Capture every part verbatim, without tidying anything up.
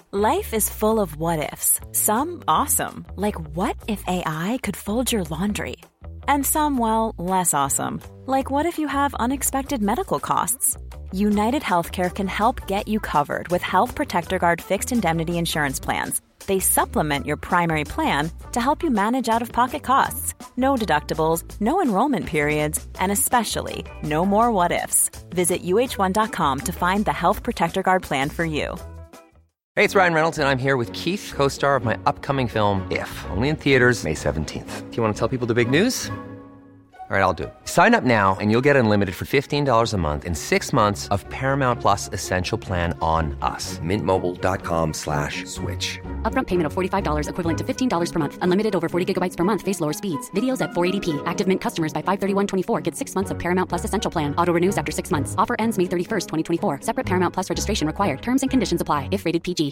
Life is full of what-ifs. Some awesome, like what if A I could fold your laundry? And some, well, less awesome, like what if you have unexpected medical costs? United Healthcare can help get you covered with Health Protector Guard fixed indemnity insurance plans. They supplement your primary plan to help you manage out-of-pocket costs. No deductibles, no enrollment periods, and especially no more what-ifs. Visit U H one dot com to find the Health Protector Guard plan for you. Hey, it's Ryan Reynolds, and I'm here with Keith, co-star of my upcoming film, If, only in theaters May seventeenth. Do you want to tell people the big news? All right, I'll do it. Sign up now and you'll get unlimited for fifteen dollars a month and six months of Paramount Plus Essential Plan on us. Mint Mobile dot com slash switch. Upfront payment of forty-five dollars equivalent to fifteen dollars per month. Unlimited over forty gigabytes per month. Face lower speeds. Videos at four eighty p. Active Mint customers by five thirty-one twenty-four get six months of Paramount Plus Essential Plan. Auto renews after six months. Offer ends May thirty-first, twenty twenty-four. Separate Paramount Plus registration required. Terms and conditions apply if rated P G.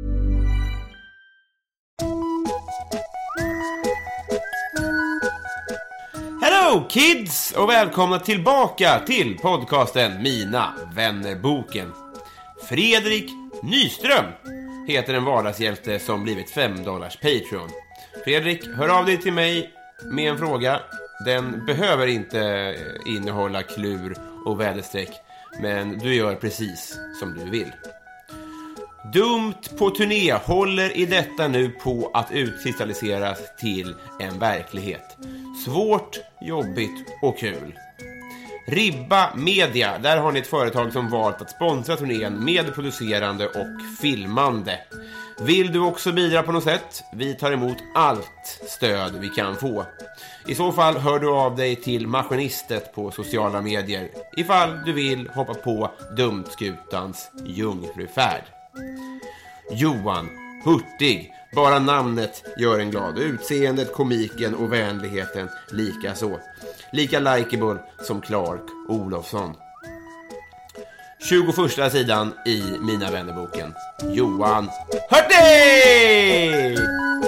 Hello kids och välkomna tillbaka till podcasten Mina vännerboken. Fredrik Nyström heter en vardagshjälte som blivit fem dollars Patreon. Fredrik, hör av dig till mig med en fråga. Den behöver inte innehålla klur och väderstreck, men du gör precis som du vill. Dumt på turné håller i detta nu på att utkristalliseras till en verklighet. Svårt, jobbigt och kul. Ribba Media, där har ni ett företag som valt att sponsra turnén med producerande och filmande. Vill du också bidra på något sätt? Vi tar emot allt stöd vi kan få. I så fall hör du av dig till Maskinistet på sociala medier ifall du vill hoppa på Dumtskutans jungfrufärd. Johan Hurtig, bara namnet gör en glad. Utseendet, komiken och vänligheten lika så. Lika likeable som Clark Olofsson. tjugoförsta sidan i Mina vännerboken. Johan Hurtig!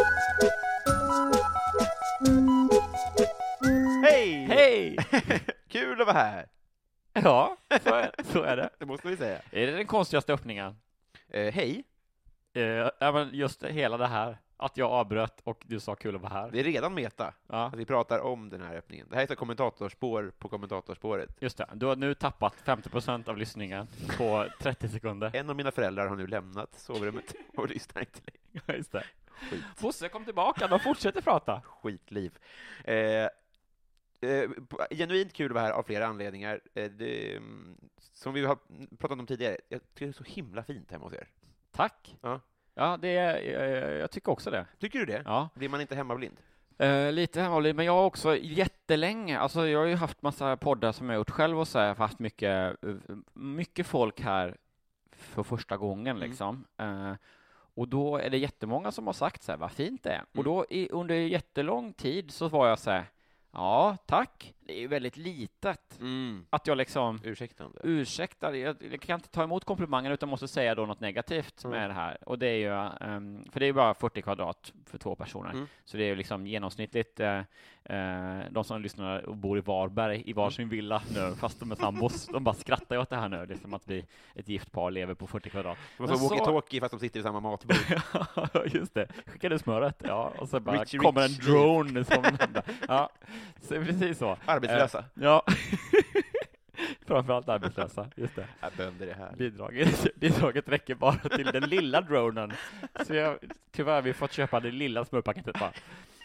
Hej! Hej! Kul att vara här. Ja, så är, så är det. Det måste vi säga. Är det den konstigaste öppningen? Eh, hej. Eh, ja, men just hela det här. Att jag avbröt och du sa kul att vara här. Det är redan meta. Ja. Att vi pratar om den här öppningen. Det här är ett kommentatorspår på kommentatorspåret. Just det. Du har nu tappat femtio procent av lyssningen på trettio sekunder. En av mina föräldrar har nu lämnat sovrummet och lyssnar inte längre. Ja, just det. Skit. Bosse, kom tillbaka. De fortsätter prata. Skitliv. Eh, eh, genuint kul att vara här av flera anledningar. Eh, det, som vi har pratat om tidigare. Jag tycker det är så himla fint hemma hos er. Tack. Ja. Ja, det är, jag, jag tycker också det. Tycker du det? Ja. Blir man inte hemmablind? Uh, lite hemmablind, men jag har också jättelänge, alltså jag har ju haft massa poddar som jag gjort själv och så här, haft mycket, mycket folk här för första gången liksom. Mm. Uh, och då är det jättemånga som har sagt så här, vad fint det är. Mm. Och då i, under jättelång tid så var jag så här, ja, tack. Det är ju väldigt litet. Mm. Att jag liksom Ursäktande. ursäktar, jag, jag kan inte ta emot komplimanger utan måste säga då något negativt mm. med det här. Och det är ju, um, för det är ju bara fyrtio kvadrat för två personer. Mm. Så det är ju liksom genomsnittligt uh, uh, de som lyssnar och bor i Varberg i varsin villa nu, fast de är sambos, de bara skrattar ju åt det här nu. Det är som att vi, ett gift par, lever på fyrtio kvadrat. De som walkie-talkie fast de sitter i samma matbord. Just det. Skickar du smöret? Ja, och så bara Richie, kommer en Richie. drone som ja, så precis så. Arbetslösa. Uh, ja. Framförallt arbetslösa, just det. Ja, bönder är här. Bidraget, bidraget räcker bara till den lilla dronen. Så jag, tyvärr har vi fått köpa det lilla smörpaketet bara.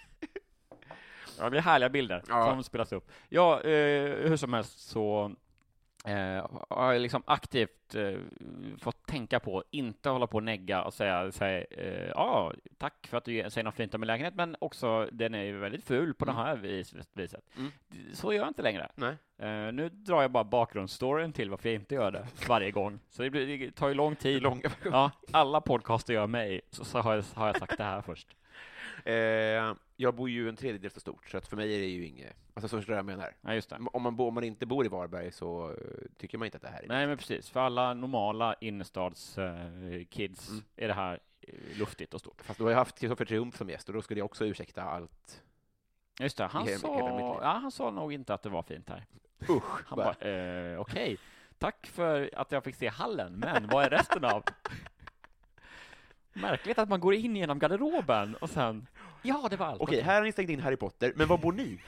Ja, det är härliga bilder ja. som spelas upp. Ja, eh, hur som helst så eh, har jag liksom aktivt eh, fått tänka på, inte hålla på och negga och säga, säga eh, ja, tack för att du säger något fint om min lägenhet, men också den är ju väldigt ful på mm. det här vis, viset. Mm. Så gör jag inte längre. Nej. Uh, nu drar jag bara bakgrundsstoryn till varför jag inte gör det varje gång. Så det, blir, det tar ju lång tid. Långa. Ja, alla podcaster gör mig, så, så har, jag, har jag sagt det här först. Eh, jag bor ju en tredjedel så stort, så att för mig är det ju inget... Alltså så är det jag menar. Ja, just det. Om man, bo, om man inte bor i Varberg så uh, tycker man inte att det här är... Nej, men precis. För alla normala innerstads uh, kids mm. är det här uh, luftigt och stort. Fast då har jag haft Kristoffer Triumf som gäst och då skulle jag också ursäkta allt. Just det. Han, hela, sa, hela ja, han sa nog inte att det var fint här. Usch, han bara, eh, okej. Okay. Tack för att jag fick se hallen, men vad är resten av? Märkligt att man går in genom garderoben och sen, ja, det var allt. Okej, här har ni stängt in Harry Potter, men var bor ni?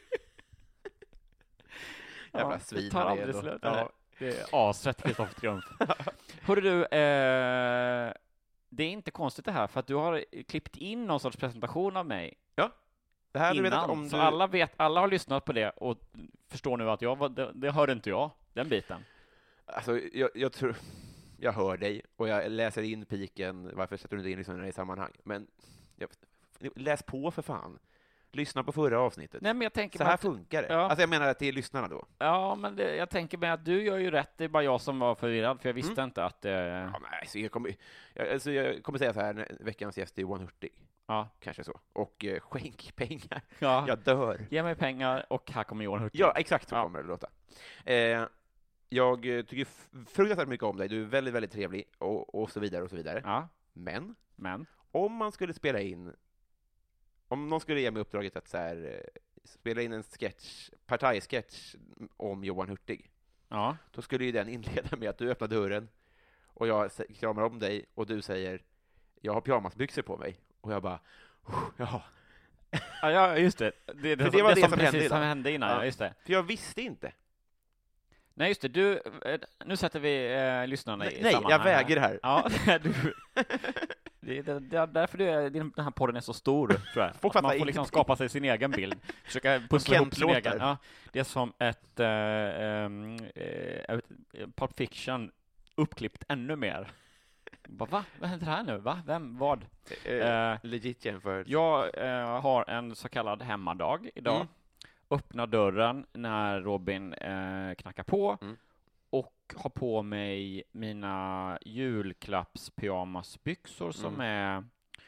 Jävla ja, svin. det tar aldrig ändå. slut. Ja, det är asrätt Kristoffer Triumf. Hörru du, eh, det är inte konstigt det här, för att du har klippt in någon sorts presentation av mig. Ja, det här har du innan, vetat om du... så alla vet, alla har lyssnat på det och förstår nu att jag var, det, det hörde inte jag, den biten. Alltså, jag, jag tror... Jag hör dig, och jag läser in piken. Varför sätter du inte in liksom i sammanhang? Men jag, läs på för fan. Lyssna på förra avsnittet. Nej, men jag tänker så här att, funkar det. Ja. Alltså jag menar att det är lyssnarna då. Ja, men det, jag tänker mig att du gör ju rätt. Det är bara jag som var förvirrad, för jag visste Mm. inte att... Eh... Ja, nej, så jag, kommer, jag, alltså jag kommer säga så här, när veckans gäst är Johan Hurtig. Ja. Kanske så. Och eh, skänk pengar. Ja. Jag dör. Ge mig pengar och här kommer Johan Hurtig. Ja, exakt så Ja. kommer det låta. Eh, jag tycker f- fruktansvärt mycket om dig. Du är väldigt, väldigt trevlig och, och så vidare och så vidare. Ja, Men men... om man skulle spela in, om någon skulle ge mig uppdraget att så här, eh, spela in en sketch, partajsketch om Johan Hurtig, Ja. då skulle ju den inleda med att du öppnar dörren och jag sä- kramar om dig och du säger jag har pyjamasbyxor på mig och jag bara ja, Ja, ja, just det. Det, det, För det var det som, som hände precis innan. som hände innan, Ja. ja, just det. för jag visste inte. Nej, just det. Du, eh, nu sätter vi eh, lyssnarna Nej, i nej, sammanhang jag väger här. Ja, du... Det är det, det är därför det är, den här podden är så stor, tror jag. Folk Man fattar får liksom ingenting. skapa sig sin egen bild. Försöka pussla ihop sin Kent-låtar. egen. Ja, det är som ett äh, äh, Pulp Fiction uppklippt ännu mer. Bara, va? Vad händer här nu? Va? Vem? Vad? Eh, Eh, legit jämfört. Jag äh, har en så kallad hemmadag idag. Mm. Öppnar dörren när Robin äh, knackar på. Mm. Och har på mig mina julklappspyjamasbyxor som Mm. är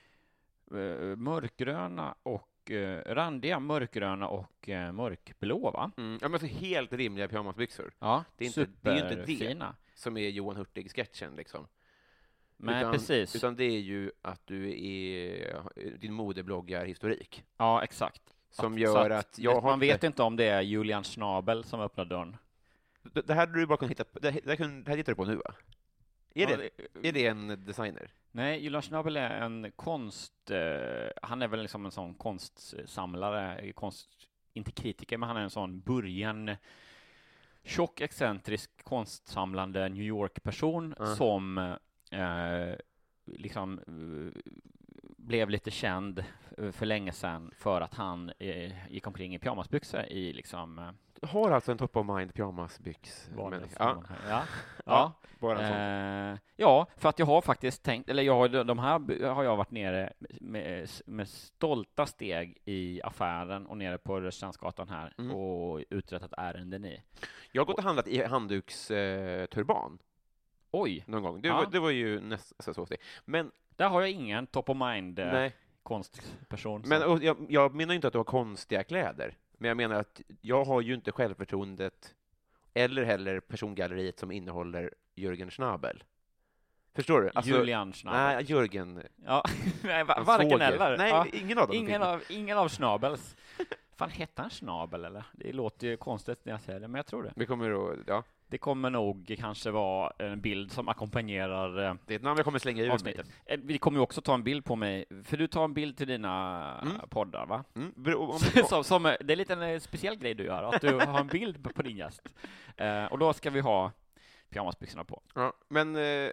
uh, mörkgröna och uh, randiga, mörkgröna och uh, mörkblå, va? Mm. Ja, men så helt rimliga pyjamasbyxor. Ja, Det är inte- det är ju inte det. superfina. Som är Johan Hurtig-sketchen liksom. Men utan, precis. Utan det är ju att du är din modebloggarhistorik. Ja, exakt. Som Att- gör så att jag har man inte- vet inte om det är Julian Schnabel som öppnar dörren. Det, det här hade du bara kunnat hitta på, det, det, här kun- det här hittar du på nu, va? Är, Ja, det, är det en designer? Nej, Julian Schnabel är en konst... Eh, han är väl liksom en sån konstsamlare, konst, inte kritiker, men han är en sån början tjock, excentrisk, konstsamlande New York-person Mm. som eh, liksom eh, blev lite känd eh, för länge sedan för att han eh, gick omkring i pyjamasbyxor i liksom... Eh, Du har alltså en top of mind pyjamasbyx. vanliga människa. sammanhang. Ja. Ja. Ja, bara en sån. Eh, ja, för att jag har faktiskt tänkt, eller jag, har- de här b- har jag varit nere med, med stolta steg i affären och nere på Rörstrandsgatan här Mm. och uträttat ärenden i. Jag har gått och handlat i handduksturban eh, turban Oj, någon gång. Det, Ja. var, det var ju nästan så steg. Men, där har jag ingen top of mind eh, nej. konstperson. Men som- och jag, jag menar inte att du har konstiga kläder. Men jag menar att jag har ju inte självförtroendet eller heller persongalleriet som innehåller Jürgen Schnabel. Förstår du? Alltså, Julian Schnabel. Nej, Jürgen. Ja, nej, va- hans varken svåger. eller. Nej, Ja. ingen av dem. Ingen av, ingen av Schnabels. Fan, hette han Schnabel eller? Det låter ju konstigt när jag säger det, men jag tror det. Vi kommer att, ja, Det kommer nog kanske vara en bild som ackompanjerar eh, det är ett namn jag kommer slänga ur mig. avsnittet. Eh, Vi kommer ju också ta en bild på mig, för du tar en bild till dina Mm. poddar, va? Mm, bero, om, som, som, det är lite en eh, speciell grej du gör, att du har en bild på- på din gäst. Eh, och då ska vi ha pyjamasbyxorna på. ja, men eh,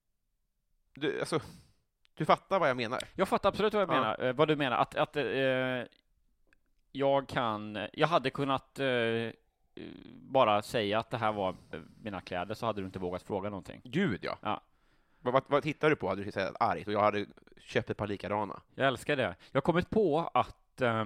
du, alltså, du fattar vad jag menar. Jag fattar absolut vad jag Ja. menar, eh, vad du menar. Att, att eh, jag kan, jag hade kunnat eh, bara säga att det här var eh, mina kläder, så hade du inte vågat fråga någonting. Gud, ja. Ja. Vad, vad, vad tittar du på? Hade du sagt argt och jag hade köpt ett par likadana. Jag älskar det. Jag har kommit på att, eh,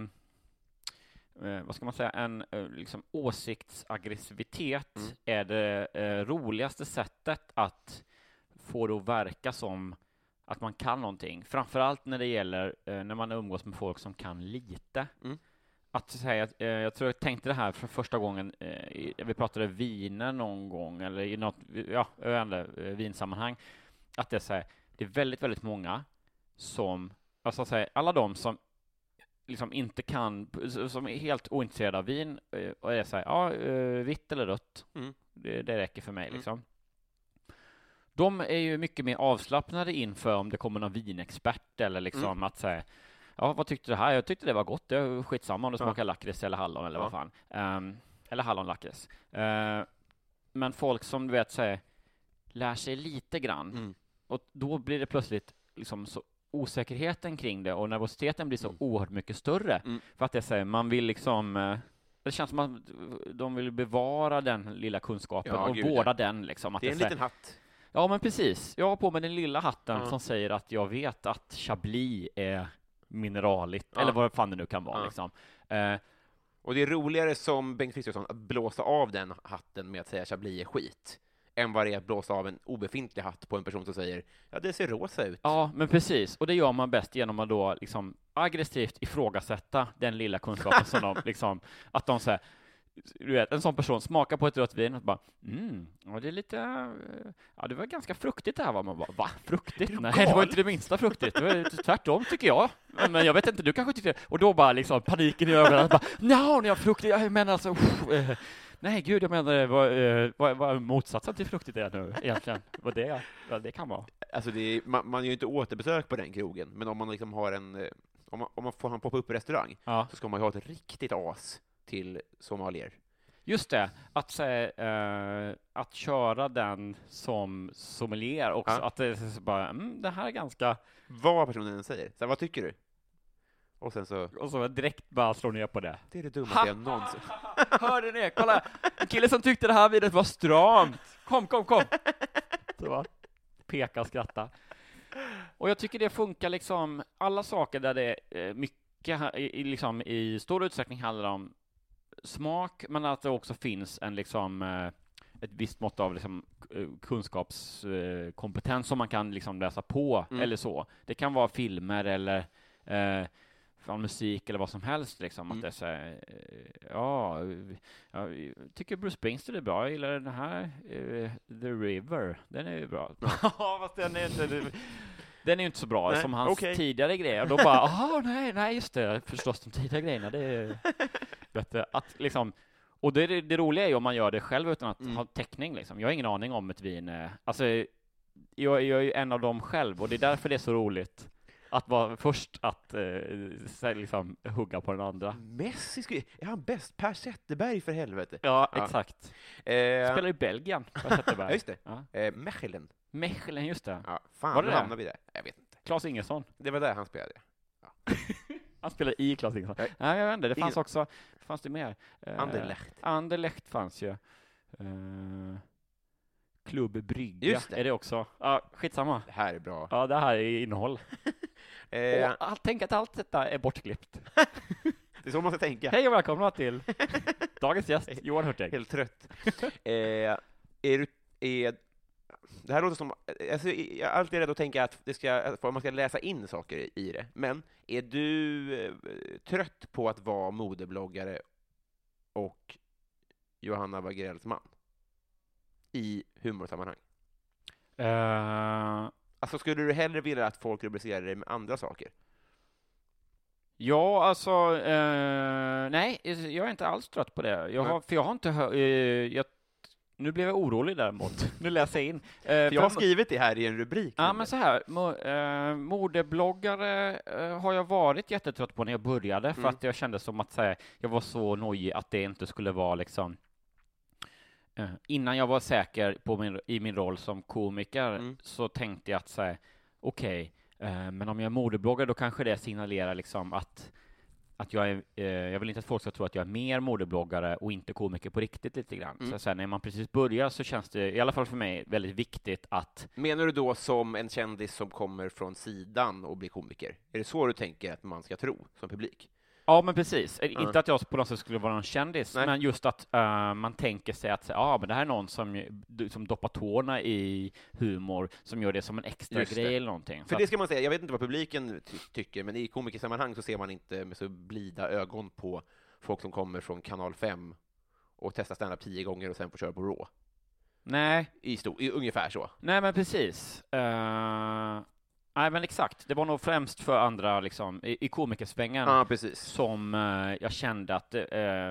eh, vad ska man säga, en eh, liksom åsiktsaggressivitet Mm. är det eh, roligaste sättet att få det att verka som att man kan någonting. Framförallt när det gäller eh, när man umgås med folk som kan lite. Mm. Att säga, eh, jag tror jag tänkte det här för första gången, eh, i- vi pratade viner någon gång, eller i något, ja, jag vet inte, eh, vinsammanhang, att det är så här, det är väldigt, väldigt många som, alltså så här, alla de som liksom inte kan, som är helt ointresserade av vin, eh, och är så här, ja, eh, vitt eller rött, Mm. det, det räcker för mig Mm. liksom. de är ju mycket mer avslappnade inför om det kommer någon vinexpert eller liksom mm. att säga, ja, vad tyckte du här? Jag tyckte det var gott. Det är skitsamma om det smakar ja. lakrits eller hallon eller ja. vad fan. Um, eller hallonlakrits. Uh, men folk som du vet säger lär sig lite grann mm. och då blir det plötsligt liksom så osäkerheten kring det och nervositeten blir så mm. oerhört mycket större mm. för att det säger man vill liksom uh, det känns som att de vill bevara den lilla kunskapen ja, och gud, vårda ja. den liksom. Att det är en det liten säger, hatt. Ja, men precis. Jag har på mig den lilla hatten mm. som säger att jag vet att Chablis är mineraligt, ja. eller vad fan det nu kan vara. Ja. Liksom. Uh, och det är roligare som Bengt Frithiofsson att blåsa av den hatten med att säga Chablis är skit än vad det är att blåsa av en obefintlig hatt på en person som säger ja, det ser rosa ut. Ja, men precis. Och det gör man bäst genom att då liksom aggressivt ifrågasätta den lilla kunskapen som de liksom, att de säger, du vet, en sån person smakar på ett rött vin och bara, mm, ja, det är lite, ja, det var ganska fruktigt det här, var man bara, va, fruktigt? Nej, det var inte det minsta fruktigt, det var tvärtom tycker jag, men jag vet inte, du kanske tycker det, och då bara liksom paniken i ögonen, bara, nej, jag fruktigt, jag menar alltså, uh, nej, gud, jag menar, vad, uh, vad, vad motsatsen till fruktigt är nu egentligen, vad det, vad det kan vara. Alltså, det är, man, man gör ju inte återbesök på den krogen, men om man liksom har en, om man, om man får en pop-up restaurang, ja. så ska man ju ha ett riktigt as till sommelier. Just det, att, säga, uh, att köra den som sommelier också, ja. att det är bara, mm, det här är ganska... Vad personen än säger, så vad tycker du? Och sen så... Och så direkt bara slå ner på det. Det är det dummaste jag någonsin... Hörde ni? Kolla, en kille som tyckte det här vinet var stramt. Kom, kom, kom. Så va? Peka och skratta. Och jag tycker det funkar liksom, alla saker där det är mycket, i, liksom, i stor utsträckning handlar om smak, men att det också finns en liksom ett visst mått av liksom kunskapskompetens som man kan liksom läsa på mm. eller så. Det kan vara filmer eller eh, från musik eller vad som helst liksom mm. att det är så här, ja, jag tycker Bruce Springsteen är bra, jag gillar den här uh, The River, den är ju bra. Ja, fast den är inte den är ju inte så bra nej, som hans okay. tidigare grejer. Då bara, aha, nej, nej, just det, förstås de tidigare grejerna, det är bättre att liksom, och det, det, det roliga är ju om man gör det själv utan att mm. ha täckning liksom. Jag har ingen aning om ett vin, alltså jag, jag är ju en av dem själv och det är därför det är så roligt att vara först att eh, liksom hugga på den andra. Messi skulle, är han bäst? Per Zetterberg för helvete. Ja, ja. exakt. Eh, Spelar i Belgien, Per Zetterberg. Ja, just det. Ja. Eh, Mechelen. Mechelen, just det. Ja, fan, var det hamnar vi där? Jag vet inte. Claes Ingesson. Det var där han spelade. Ja. Han spelade i Claes Ingesson. Nej, ja, jag vet inte. Det fanns Ingen... också, fanns det mer? Eh, Anderlecht. Anderlecht fanns ju. Eh, Klubb Brygga. Just det. Är det också? Ja, skitsamma. Det här är bra. Ja, det här är innehåll. eh. Och allt, tänk att allt detta är bortklippt. Det är så man ska tänka. Hej och välkomna till dagens gäst, Johan Hurtig. Helt trött. eh, är du, är, det här låter som, alltså, jag är alltid rädd att tänka att det ska, att man ska läsa in saker i det. Men är du eh, trött på att vara modebloggare och Johanna Wagrells man i humorsammanhang? Uh... Alltså, skulle du hellre vilja att folk rubricerar det med andra saker? Ja, alltså, eh, nej, jag är inte alls trött på det. Jag har, för jag har inte hört, eh, jag, nu blev jag orolig däremot. Nu läser jag in. Eh, för jag har skrivit det här i en rubrik. Ja, men så här, mo, eh, modebloggare eh, har jag varit jättetrött på när jag började, för mm. att jag kände som att säga, jag var så nojig att det inte skulle vara liksom, eh, innan jag var säker på min, i min roll som komiker, mm. så tänkte jag att säga, okej, okay, men om jag är modebloggare då kanske det signalerar liksom att, att jag är, eh, jag vill inte att folk ska tro att jag är mer modebloggare och inte komiker på riktigt lite grann. Mm. Så sen när man precis börjar så känns det, i alla fall för mig, väldigt viktigt att... Menar du då som en kändis som kommer från sidan och blir komiker? Är det så du tänker att man ska tro som publik? Ja, men precis. Mm. Inte att jag på något sätt skulle vara någon kändis, nej. Men just att uh, man tänker sig att ja, ah, men det här är någon som, som doppar tårna i humor, som gör det som en extra grej eller någonting. För så det ska man säga, jag vet inte vad publiken ty- tycker, men i komikersammanhang så ser man inte med så blida ögon på folk som kommer från kanal fem och testar stand-up tio gånger och sen får köra på Raw. Nej. I, stor, i ungefär så. Nej, men precis. Uh... Nej, men exakt. Det var nog främst för andra liksom, i, i komikersvängen ja, precis. som eh, jag kände att eh,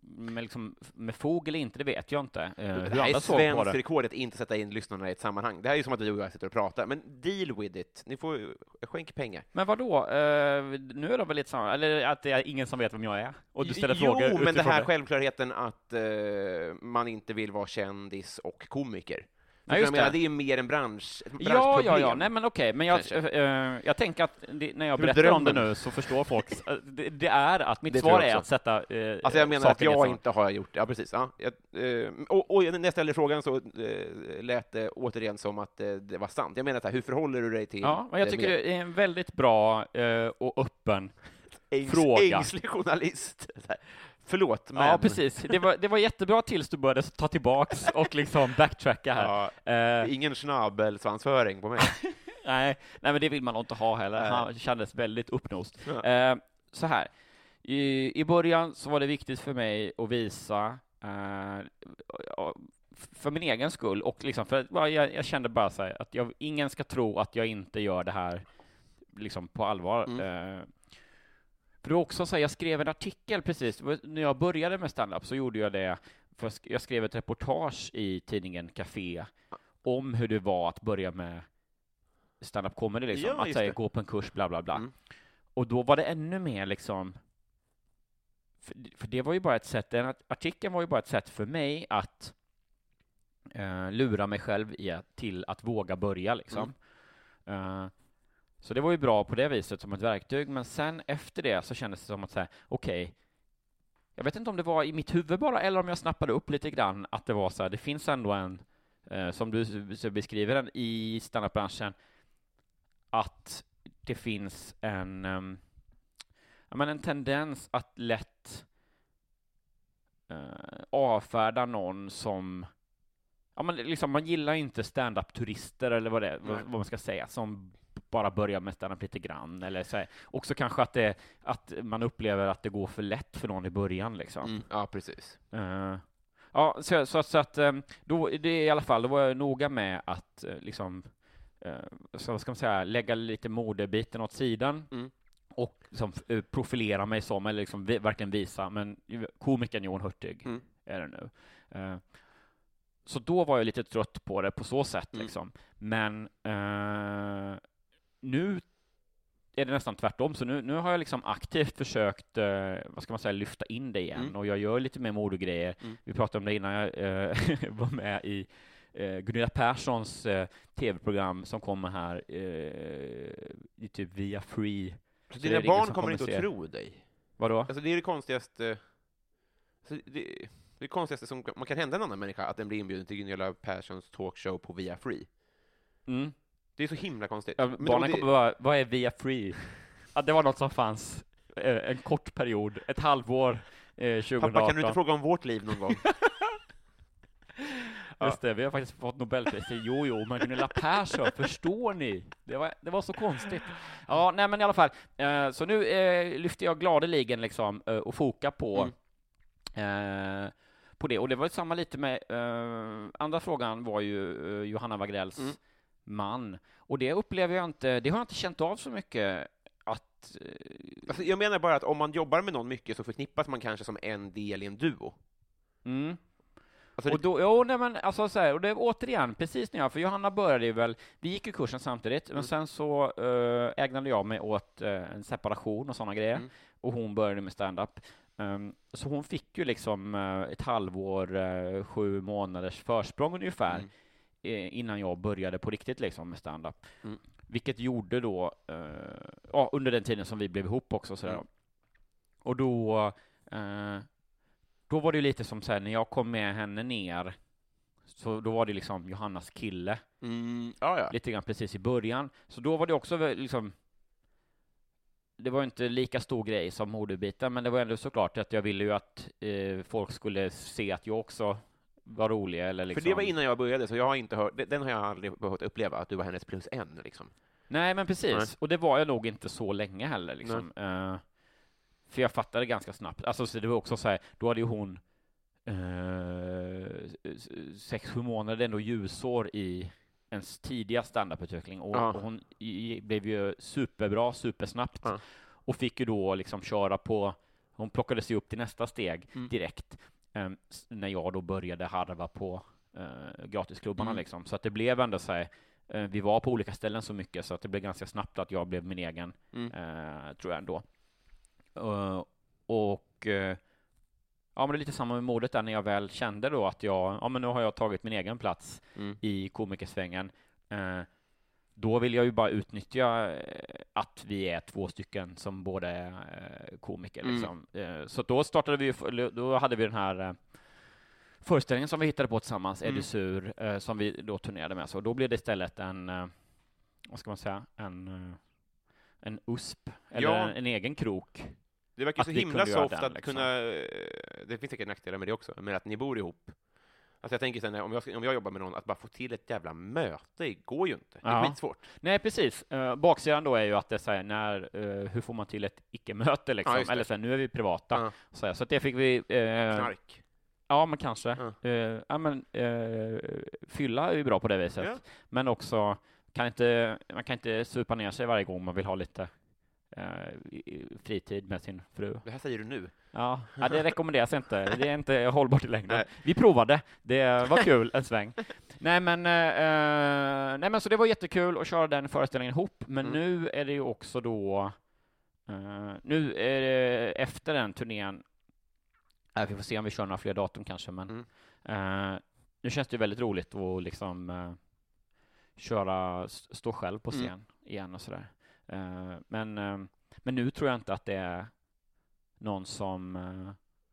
med, liksom, med fog eller inte, det vet jag inte. Uh, det här är svenskt rekord att inte sätta in lyssnarna i ett sammanhang. Det här är ju som att vi och jag sitter och pratar, men deal with it. Ni får skänka pengar. Men vad då? Uh, nu är det väl lite samma, eller att det är ingen som vet vem jag är och du ställer jo, frågor. Jo, men det här frågor. självklärheten att uh, man inte vill vara kändis och komiker. Ja, just jag menar, det. det är ju mer en bransch, ett ja, branschproblem. ja, ja, nej men okej, men jag, äh, jag tänker att det, när jag berättar drömmen. om det nu så förstår folk, det, det är att mitt det svar är att sätta äh, alltså jag menar att jag inte har gjort det, ja precis. Ja. Jag, äh, och, och när jag ställde frågan så äh, lät det återigen som att äh, det var sant. Jag menar, så här, hur förhåller du dig till ja, men jag det tycker med? det är en väldigt bra äh, och öppen Ängs, fråga. Ängslig journalist. Så här. Förlåt, men... Ja, precis. Det var, det var jättebra tills du började ta tillbaks och liksom backtracka här. Ja, uh, ingen snabelsvansföring på mig. nej, nej, men det vill man nog inte ha heller. Nej. Han kändes väldigt uppnost. Ja. Uh, så här. I, I början så var det viktigt för mig att visa uh, för min egen skull och liksom för att jag, jag kände bara så här att jag, ingen ska tro att jag inte gör det här liksom på allvar. Mm. Uh, För det också så här, jag skrev en artikel precis, när jag började med stand-up så gjorde jag det, för jag skrev ett reportage i tidningen Café om hur det var att börja med stand-up comedy, liksom. Ja, att säga, gå på en kurs, bla bla bla. Mm. Och då var det ännu mer liksom, för, för det var ju bara ett sätt, den artikeln var ju bara ett sätt för mig att uh, lura mig själv i att, till att våga börja liksom. Mm. Uh, Så det var ju bra på det viset som ett verktyg, men sen efter det så kändes det som att säga, okej, okay, jag vet inte om det var i mitt huvud bara eller om jag snappade upp lite grann att det var så här, det finns ändå en, eh, som du beskriver den i standupbranschen, att det finns en, um, ja, men en tendens att lätt uh, avfärda någon som, ja, men liksom, man gillar inte stand-up-turister eller vad det är, vad, vad man ska säga, som bara börja med stand-up lite grann, eller så här. Också kanske att, det, att man upplever att det går för lätt för någon i början liksom. Mm, ja, precis. Uh, ja, så, så, så att då, det är i alla fall, då var jag noga med att liksom, uh, så vad ska man säga, lägga lite modebiten åt sidan mm. och liksom, profilera mig som, eller liksom verkligen visa, men komikern Johan Hurtig mm. är det nu. Uh, så då var jag lite trött på det på så sätt mm. liksom. Men uh, nu är det nästan tvärtom, så nu, nu har jag liksom aktivt försökt, eh, vad ska man säga, lyfta in det igen, mm. och jag gör lite mer modegrejer. Mm. Vi pratade om det innan jag eh, var med i eh, Gunilla Perssons eh, tv-program som kommer här eh, i typ via Free. Så dina barn kommer inte att tro dig? Vadå? Alltså det är det konstigaste, alltså det, det konstigaste som man kan hända en annan människa, att den blir inbjuden till Gunilla Perssons talkshow på via Free. Mm. Det är så himla konstigt. Ja, barnen det... kommer bara, vad är via Free? Ja, det var något som fanns eh, en kort period, ett halvår eh, tjugohundraarton. Pappa, kan du inte fråga om vårt liv någon gång? Just det, vi har faktiskt fått Nobelpris. Jo, jo, men Gunilla Persson, förstår ni? Det var, det var så konstigt. Ja, nej men i alla fall. Eh, så nu eh, lyfter jag gladeligen liksom eh, och foka på mm. eh, på det. Och det var samma lite med eh, andra frågan var ju eh, Johanna Wagrells mm. man. Och det upplever jag inte, det har jag inte känt av så mycket att... Eh... Alltså, jag menar bara att om man jobbar med någon mycket så förknippas man kanske som en del i en duo. Mm. Alltså, och då, jo, nej, men alltså så här, och det återigen, precis när jag, för Johanna började väl, vi gick ju kursen samtidigt, mm. men sen så uh, ägnade jag mig åt uh, en separation och sådana grejer, mm. och hon började med stand-up. Um, så hon fick ju liksom uh, ett halvår, uh, sju månaders försprång ungefär, mm. eh, innan jag började på riktigt liksom med stand-up. Mm. Vilket gjorde då, uh, ja, under den tiden som vi blev ihop också sådär. Mm. Och då uh, Då var det ju lite som så här, när jag kom med henne ner, så då var det liksom Johannas kille. Mm. Ah, ja. Lite grann precis i början. Så då var det också liksom, det var inte lika stor grej som modebiten, men det var ändå såklart att jag ville ju att eh, folk skulle se att jag också var rolig. Eller liksom. För det var innan jag började, så jag har inte hört, den har jag aldrig behövt uppleva, att du var hennes plus en liksom. Nej, men precis. Nej. Och det var jag nog inte så länge heller liksom. Uh, För jag fattade ganska snabbt. Alltså så det var också så här, då hade ju hon eh, sex, sju månader ändå ljusår i ens tidiga standuputveckling. Och, ja. och hon i, blev ju superbra, supersnabbt. Ja. Och fick ju då liksom köra på, hon plockade sig upp till nästa steg Mm. direkt eh, när jag då började harva på eh, gratisklubbarna Mm. liksom. Så att det blev ändå så här, eh, vi var på olika ställen så mycket så att det blev ganska snabbt att jag blev min egen, Mm. eh, tror jag ändå. Uh, och uh, ja, men det är lite samma med modet där när jag väl kände då att jag, ja men nu har jag tagit min egen plats Mm. i komikersvängen. Uh, då vill jag ju bara utnyttja uh, att vi är två stycken som båda är uh, komiker Mm. liksom. Uh, så då startade vi, då hade vi den här uh, föreställningen som vi hittade på tillsammans, Mm. Edusur, uh, som vi då turnerade med. Så då blev det istället en, uh, vad ska man säga, en uh, en U S P, eller Ja. en, en egen krok. Det verkar Att så vi himla kunde göra soft den, att liksom. kunna... eh, Det finns säkert nackdelar med det också, men att ni bor ihop. Alltså jag tänker sen, om jag, om jag jobbar med någon, att bara få till ett jävla möte, det går ju inte. Det är Ja. skitsvårt. Nej, precis. Uh, baksidan då är ju att det säger när, uh, hur får man till ett icke-möte liksom? Ja, just det. Eller så här, nu är vi privata. Ja. Så, här, så att det fick vi... Uh, Knark. ja, men kanske. Ja. Uh, ja, men uh, fylla är ju bra på det viset. Ja. Men också, kan inte, man kan inte supa ner sig varje gång man vill ha lite uh, fritid med sin fru. Det här säger du nu. Ja, ja, det rekommenderas inte. Det är inte hållbart i längden. Nej. Vi provade. Det var kul en sväng. Nej men, eh, nej men så det var jättekul att köra den föreställningen ihop. Men Mm. nu är det ju också då, eh, nu är det efter den turnén, eh, vi får se om vi kör några fler datum kanske, men Mm. eh, nu känns det ju väldigt roligt att liksom eh, köra, s- stå själv på scen Mm. igen och sådär. Eh, men, eh, men nu tror jag inte att det är någon som uh,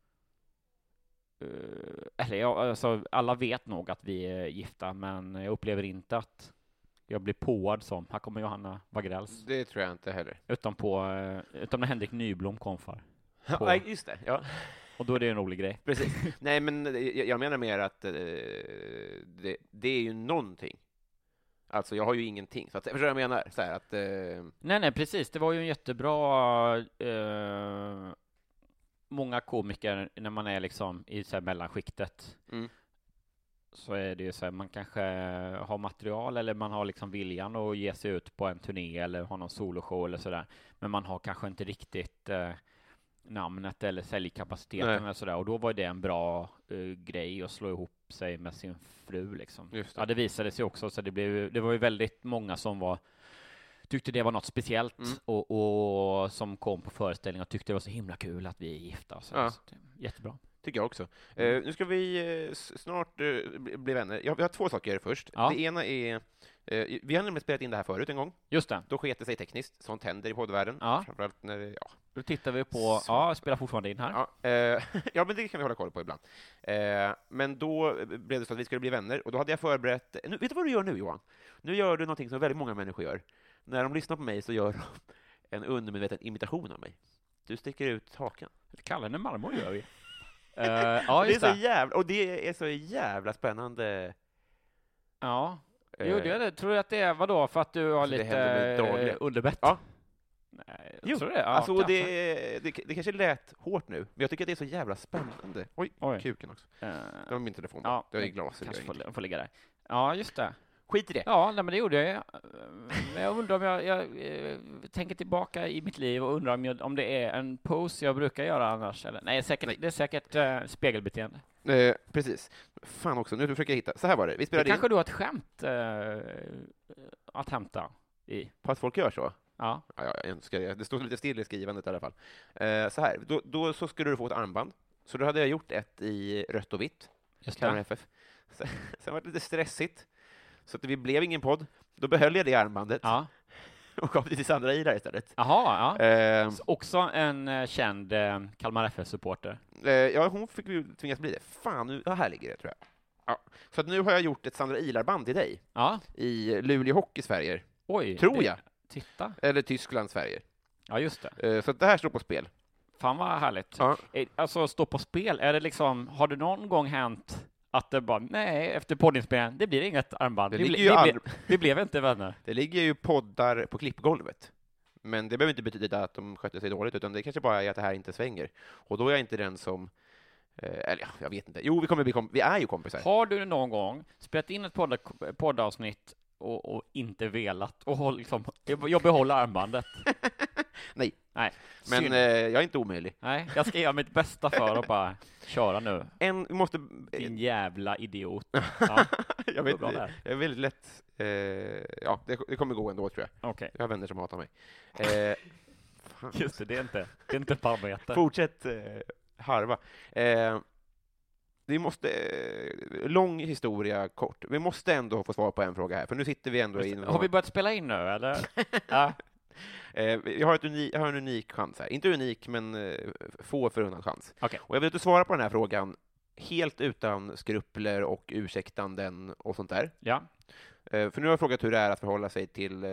uh, eller ja, alltså, alla vet nog att vi är gifta, men jag upplever inte att jag blir påad som, här kommer Johanna Wagrells, Det tror jag inte heller. utom på, uh, utom när Henrik Nyblom konfar. På- Ja, just det. Ja, Och då är det en rolig grej. precis. Nej, men jag, jag menar mer att eh, det, det är ju någonting. Alltså, jag har ju ingenting. Så att, förstår du vad jag menar? Så här att... Eh, Nej, nej, precis. Det var ju en jättebra uh, många komiker när man är liksom i så här mellanskiktet. mm. Så är det ju så här, man kanske har material eller man har liksom viljan att ge sig ut på en turné eller ha någon soloshow eller sådär. Men man har kanske inte riktigt eh, namnet eller säljkapaciteten Nej. eller sådär. Och då var det en bra eh, grej att slå ihop sig med sin fru liksom. Just det. Ja, det visade sig också, så det blev, det var ju väldigt många som var tyckte det var något speciellt Mm. och, och som kom på föreställningen och tyckte det var så himla kul att vi är gifta. Och så, Ja. så det, jättebra. Tycker jag också. Eh, nu ska vi eh, s- snart eh, bli, bli vänner. Ja, vi har två saker först. Ja. Det ena är... Eh, vi har nämligen spelat in det här förut en gång. Just det. Då sket det sig tekniskt. Sånt händer i poddvärlden. Ja. Framförallt när det... Ja, Då tittar vi på, Så. ja, jag spelar fortfarande in här. ja, eh, ja, men det kan vi hålla koll på ibland. Eh, men då blev det så att vi skulle bli vänner, och då hade jag förberett... Nu, vet du vad du gör nu, Johan? Nu gör du någonting som väldigt många människor gör. När de lyssnar på mig så gör de en undermedveten imitation av mig. Du sticker ut hakan. Kalle med marmor gör vi. uh, ja, det är just så det. jävla, och det är så jävla spännande. Ja, eh, jo, det, det tror jag att det är. Vadå? För att du har Alltså, det händer mig lite dagligen. eh, underbett? Ja. Nej, Jo, tror du det? Ja, alltså, kanske. det, det, det kanske lät hårt nu, men jag tycker att det är så jävla spännande. Oj, Oj. kuken också. Eh, Det var min telefon. ja, det var i glas. det kanske gör får, ingenting. får ligga där. Ja, just det. Skit i det. Ja, nej, men det gjorde jag. Men jag undrar om jag, jag eh, tänker tillbaka i mitt liv och undrar om, jag, om det är en pose jag brukar göra annars. Eller? Nej, säkert, Nej. det är säkert eh, spegelbeteende. Eh, precis. Fan också, nu försöker jag hitta. Så här var det. Vi Det spelade kanske in du har ett skämt eh, att hämta i. på att folk gör så. Ja. Ja, jag önskar det. Det står lite still i skrivandet i alla fall. Eh, så här, då, då så skulle du få ett armband. Så då hade jag gjort ett i rött och vitt. Just Kalmar F F. Sen, sen var det lite stressigt. Så att det blev ingen podd. Då behöll jag det armbandet Ja. och gav det till Sandra Ida istället. Jaha, ja. Eh, Så också en eh, känd eh, Kalmar F F-supporter. eh, ja, hon fick ju tvingas bli det. Fan, nu, ja, här ligger det, tror jag. Ja. Så att nu har jag gjort ett Sandra Ilar-band till dig Ja. i Luleå Hockey, Sverige. Oj. Tror det- jag. Titta. Eller Tyskland, Sverige. Ja, just det. Eh, så att det här står på spel. Fan vad härligt. Ja. Eh, Alltså, stå på spel, är det liksom, har det någon gång hänt att det bara, nej, efter poddinspelningen, det blir inget armband. Det Vi, ligger ble, ju vi, all- ble, vi blev inte vänner. Det ligger ju poddar på klippgolvet. Men det behöver inte betyda att de sköter sig dåligt, utan det kanske bara är att det här inte svänger. Och då är jag inte den som... Eh, eller ja, jag vet inte. Jo, vi, kommer bli kom- vi är ju kompisar. Har du någon gång spelat in ett podd, poddavsnitt och, och inte velat, och håll, liksom, jag behåller armbandet? Nej. Nej. Men Synd. eh, jag är inte omöjlig. Nej, jag ska göra mitt bästa för att bara köra nu. En vi måste... Din jävla idiot. Ja, jag vet bra inte. där. Jag är väldigt lätt... Eh, ja, det, det kommer gå ändå, tror jag. Okej, Jag har vänner som hatar mig. Eh, fan. just det, det är inte, det är inte parameter. Fortsätt eh, harva. Eh, vi måste... Eh, lång historia, kort. Vi måste ändå få svar på en fråga här, för nu sitter vi ändå i... Har vi börjat spela in nu, eller? Ja. Eh, jag, har ett uni, jag har en unik chans här. Inte unik, men eh, få förunnad chans. Okej. Och jag vill att du svarar på den här frågan helt utan skrupler och ursäktanden och sånt där. Ja. Eh, för nu har jag frågat hur det är att förhålla sig till eh,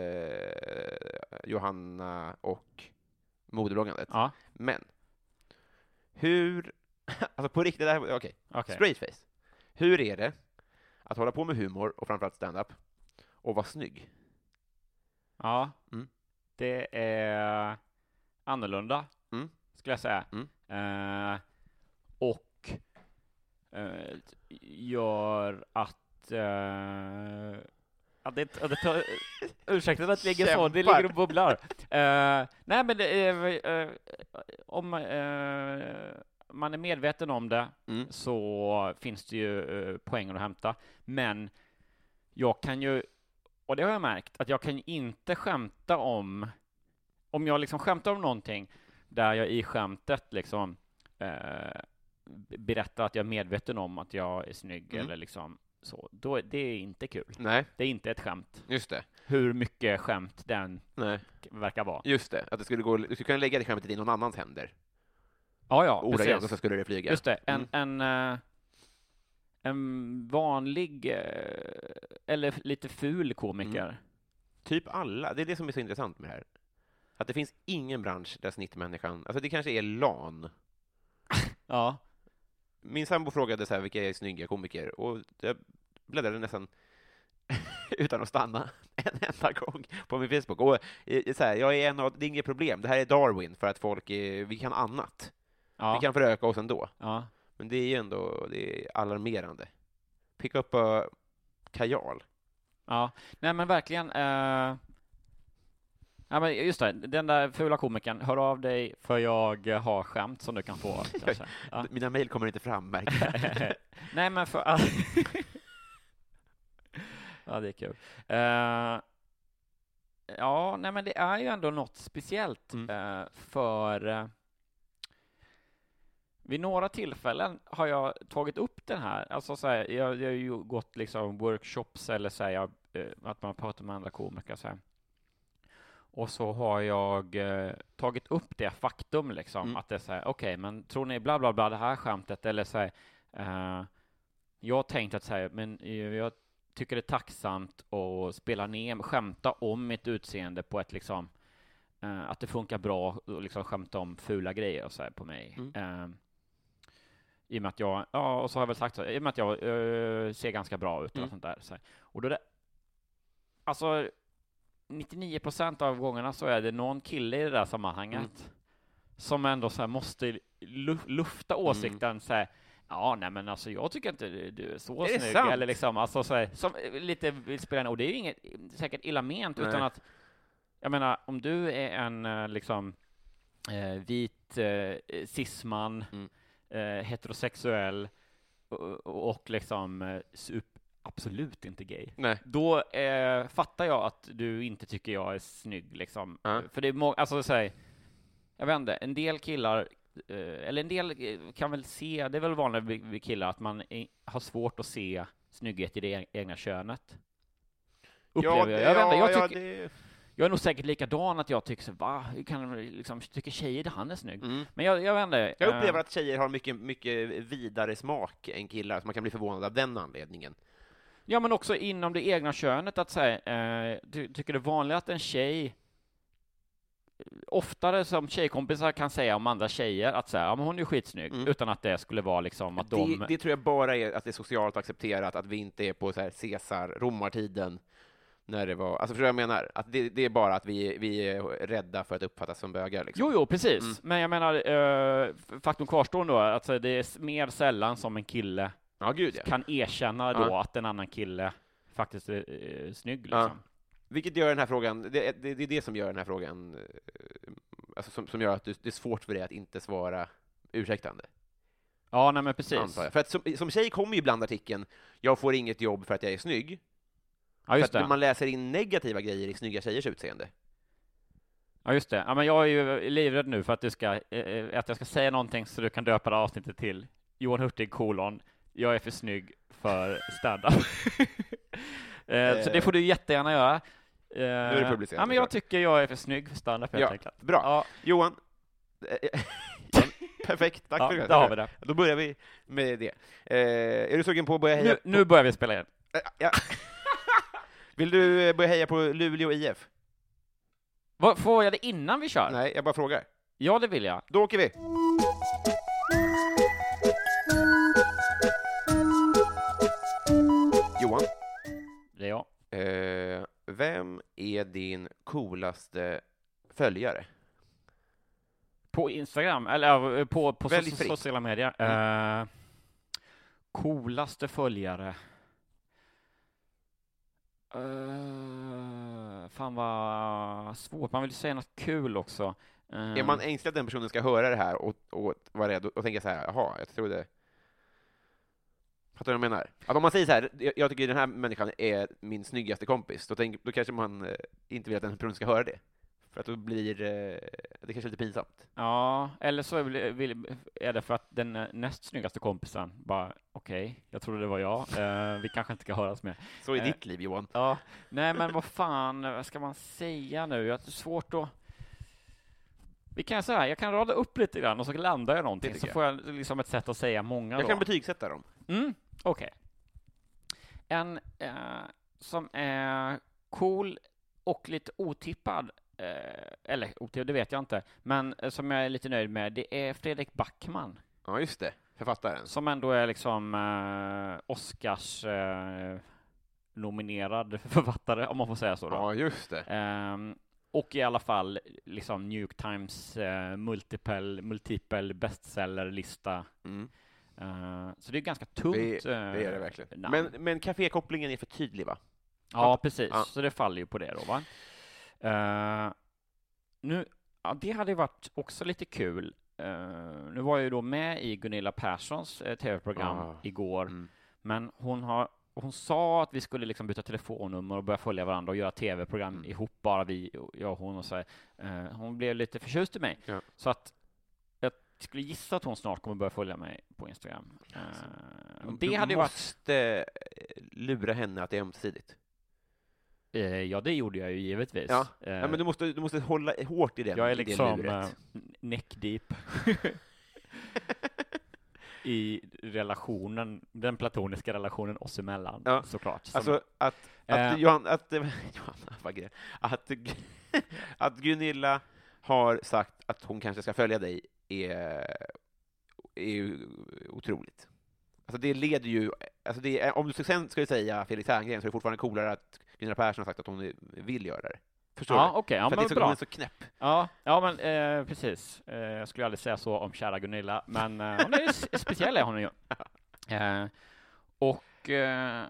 Johanna och modebloggandet. Ja. Men, hur... alltså på riktigt, okej. Okay. Okej. Straight face. Hur är det att hålla på med humor och framförallt stand-up och vara snygg? Ja. Mm. Det är annorlunda, Mm. skulle jag säga. Mm. Eh, och eh, gör att... Eh, ja, det, det tar, ursäkta att det ligger så, det ligger och bubblar. Eh, nej, men det är, eh, om eh, man är medveten om det Mm. så finns det ju eh, poänger att hämta. Men jag kan ju, och det har jag märkt, att jag kan inte skämta om, om jag liksom skämtar om någonting där jag i skämtet liksom eh, berättar att jag är medveten om att jag är snygg Mm. eller liksom så, då det är inte kul. Nej, Det är inte ett skämt. just det. Hur mycket skämt den Nej, verkar vara. just det. Att det skulle gå, du skulle kunna lägga det skämtet i någon annans händer. Ja, ja, Ordagrant, och precis. så skulle det flyga. Just det, en, Mm. en, eh, en vanlig eh, eller lite ful komiker. Mm. Typ alla. Det är det som är så intressant med det här. Att det finns ingen bransch där snittmänniskan... Alltså det kanske är LAN. Ja. Min sambo frågade så här, vilka är snygga komiker? Och jag bläddrade nästan utan att stanna en enda gång på min Facebook. Och eh, så här, jag är en av... Det är inget problem. Det här är Darwin för att folk är, vi kan annat. Ja. Vi kan föröka oss ändå. Ja. Men det är ju ändå det är alarmerande. Pick upp uh, Kajal. Ja. Nej, men verkligen. Eh... Ja, men just det, den där fula komikern, hör av dig för jag har skämt som du kan få. Kanske. Ja. Mina mejl kommer inte fram, märker jag. Nej, men för... ja, det är kul. Uh, ja, nej, men det är ju ändå något speciellt Mm. uh, för... Uh, vid några tillfällen har jag tagit upp den här. Alltså så här, jag, jag har ju gått liksom workshops eller så här, jag, uh, att man pratar med andra komiker så här. Och så har jag eh, tagit upp det faktum liksom, Mm. att det är så här, okej, okay, men tror ni bla bla bla det här skämtet, eller så här, eh, jag tänkte att säga, men jag tycker det är tacksamt att spela ner, skämta om mitt utseende på ett liksom, eh, att det funkar bra och liksom skämta om fula grejer och så här på mig. Mm. Eh, I och med att jag, ja, och så har jag väl sagt så, i och med att jag eh, ser ganska bra ut och Mm. sånt där. Så här. Och då det, alltså nittionio procent av gångerna så är det någon kille i det där sammanhanget Mm. som ändå så här måste lu- lufta åsikten så här, ja, nej, men alltså jag tycker inte du, du är så Det är snygg, sant. eller liksom, alltså så här, som lite vill spela en, och det är ju inget säkert illa ment, Nej. utan att, jag menar, om du är en eh, liksom eh, vit eh, cisman, Mm. eh, heterosexuell och, och liksom eh, sup, absolut inte gay. Nej. Då eh, fattar jag att du inte tycker jag är snygg liksom. Ja. För det är må- alltså så här, jag vet inte, en del killar eh, eller en del eh, kan väl se, det är väl vanligt vid, vid killar att man är, har svårt att se snygghet i det e- egna könet. Upplever jag. Jag, vet inte, jag, ja, tycker, det... jag är nog säkert likadan, att jag tycker så, va, hur kan liksom, tycker tjejer att han är snygg? Mm. Men jag, jag vet inte. Jag eh, upplever att tjejer har mycket, mycket vidare smak än killar, så man kan bli förvånad av den anledningen. Ja, men också inom det egna könet, att säga, eh, ty- tycker det är vanligt att en tjej oftare som tjejkompisar kan säga om andra tjejer att säga, ja, men hon är ju skitsnygg, Mm. utan att det skulle vara liksom att de... Det, det tror jag bara är att det är socialt accepterat, att vi inte är på så här Caesar, romartiden, när det var, alltså för jag menar, att det, det är bara att vi, vi är rädda för att uppfattas som bögar liksom. Jo, jo, precis. Mm. Men jag menar, eh, faktum kvarstår då, att det är s- mer sällan som en kille Ja, gud ja. kan erkänna då Ja. att en annan kille faktiskt är eh, snygg Ja. liksom. Vilket gör den här frågan, det, det, det är det som gör den här frågan eh, alltså, som, som gör att du, det är svårt för dig att inte svara ursäktande. Ja, nej men precis. Antar jag. För att som, som tjej kommer ju ibland artikeln, jag får inget jobb för att jag är snygg. Ja, just för att det. man läser in negativa grejer i snygga tjejers utseende. Ja, just det. Ja, men jag är ju livrädd nu för att du ska, eh, att jag ska säga någonting så du kan döpa det avsnittet till Johan Hurtig kolon, jag är för snygg för stand-up. eh, så det får du jättegärna göra. Eh, nu är det publicerat. Ja, men jag tycker jag är för snygg för stand-up helt Ja, enkelt. bra. Ja. Johan, perfekt, tack Ja, för det. då har vi det. Då börjar vi med det. Eh, är du sugen på att börja heja Nu, på... nu börjar vi spela igen. Eh, ja. Vill du börja heja på Luleå I F? Vad, får jag det innan vi kör? Nej, jag bara frågar. Ja, det vill jag. Då åker vi. Johan, Det är jag. eh, vem är din coolaste följare? På Instagram, eller äh, på, på Välj so- fritt. sociala medier. Mm. Uh, coolaste följare. Uh, fan vad svårt. Man vill säga något kul också. Uh, Är man ängslig att den personen ska höra det här och, och vara rädd och, och tänka så här, jaha, jag trodde... Fattar du vad jag menar? Att om man säger så här, jag, jag tycker den här människan är min snyggaste kompis, då, tänk, då kanske man eh, inte vill att den personen ska höra det. För att då blir eh, det kanske lite pinsamt. Ja, eller så är, vill, är det för att den eh, näst snyggaste kompisen bara, okej, okay, jag trodde det var jag. Uh, vi kanske inte ska höras mer. Så är Uh, ditt liv, Johan. Ja, nej men vad fan, vad ska man säga nu? Det är svårt att... Vi kan säga, jag kan rada upp lite grann och så landar jag någonting, så jag. får jag liksom ett sätt att säga många. Jag då. kan betygsätta dem. Mm, okej. Okay. En eh, som är cool och lite otippad, eh, eller otippad, det vet jag inte, men eh, som jag är lite nöjd med, det är Fredrik Backman. Ja, just det. Författaren. Som ändå är liksom eh, Oscars eh, nominerad författare, om man får säga så då. Ja, just det. Eh, och i alla fall liksom New York Times eh, multiple, multiple bestsellerlista. Mm. Uh, så det är ganska tungt. Det, det är det verkligen. Uh, men, men kafékopplingen är för tydlig, va? Ja, precis. Ja. Så det faller ju på det då, va? Uh, nu, ja, det hade varit också lite kul. Uh, nu var jag ju då med i Gunilla Perssons uh, tv-program ah. igår. Mm. Men hon har hon sa att vi skulle liksom byta telefonnummer och börja följa varandra och göra tv-program mm. ihop, bara vi, jag och hon. Och så uh, hon blev lite förtjust i mig. Ja. Så att jag skulle gissa att hon snart kommer börja följa mig på Instagram. Alltså, uh, det du hade måste varit... lura henne att det är ömsesidigt. Uh, ja, det gjorde jag ju givetvis. Ja, uh, ja men du måste, du måste hålla hårt i den. jag är liksom uh, neck deep i relationen, den platoniska relationen oss emellan, ja. Såklart. Som, alltså att, att, uh, Johan, att, Johanna, att, att Gunilla har sagt att hon kanske ska följa dig är, är ju otroligt. Alltså det leder ju, alltså det är, om du sen ska säga Felix Herngren så är det fortfarande coolare att Gunilla Persson har sagt att hon vill göra det. Förstår ja, du? Okay, ja, för men det är så, bra. hon är så knäpp. Ja, ja men eh, precis. Eh, jag skulle aldrig säga så om kära Gunilla, men eh, hon är speciell är hon ju. Eh, och eh,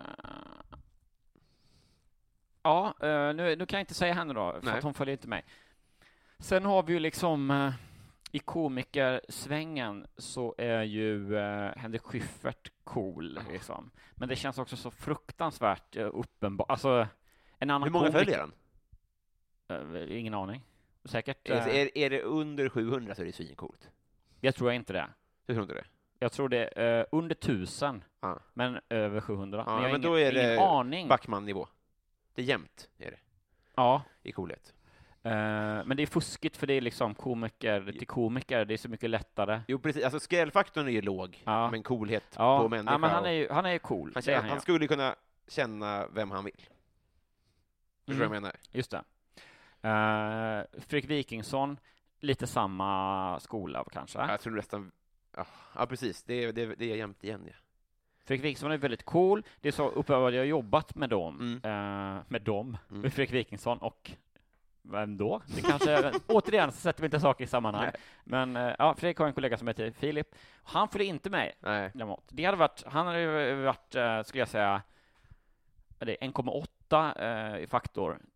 ja, eh, nu, nu kan jag inte säga henne då, för Nej. att hon följer inte mig. Sen har vi ju liksom eh, i komikersvängen så är ju eh, Henrik Schyffert cool, liksom. Men det känns också så fruktansvärt eh, uppenbart. Alltså, en annan Hur många komiker... följer han? Uh, ingen aning. Säkert. Är, Uh, är, är det under sjuhundra så är det svincoolt. jag tror inte det. Du tror inte det? Jag tror det är uh, under tusen, ah. men över sjuhundra. Ah, men jag har men ingen, då är det ingen aning. Backman-nivå. Det är jämnt, är det. Ja. I coolhet. Uh, men det är fuskigt för det är liksom komiker till komiker. Det är så mycket lättare. Jo, precis. Alltså skrällfaktorn är ju låg, ja. men coolhet ja. på människa. Ja, men han är ju, han är ju cool. Han, det är han, han, han ja. skulle kunna känna vem han vill. Förstår du mm. vad jag menar? Just det. Uh, Fredrik Wikingsson, lite samma skola kanske. Jag tror nästan... Ja, ja precis. Det är, det, är, det är jämnt igen. Ja. Fredrik Wikingsson är väldigt cool. Det är så uppenbart jag har jobbat med dem. Mm. Uh, med dem. Mm. Med Fredrik Wikingsson och vem då? Det kanske, återigen så sätter vi inte saker i sammanhang. Nej. Men uh, ja, Fredrik har en kollega som heter Filip. Han följer inte mig. Nej. Det hade varit, han hade varit, uh, skulle jag säga, det är en komma åtta uh, faktor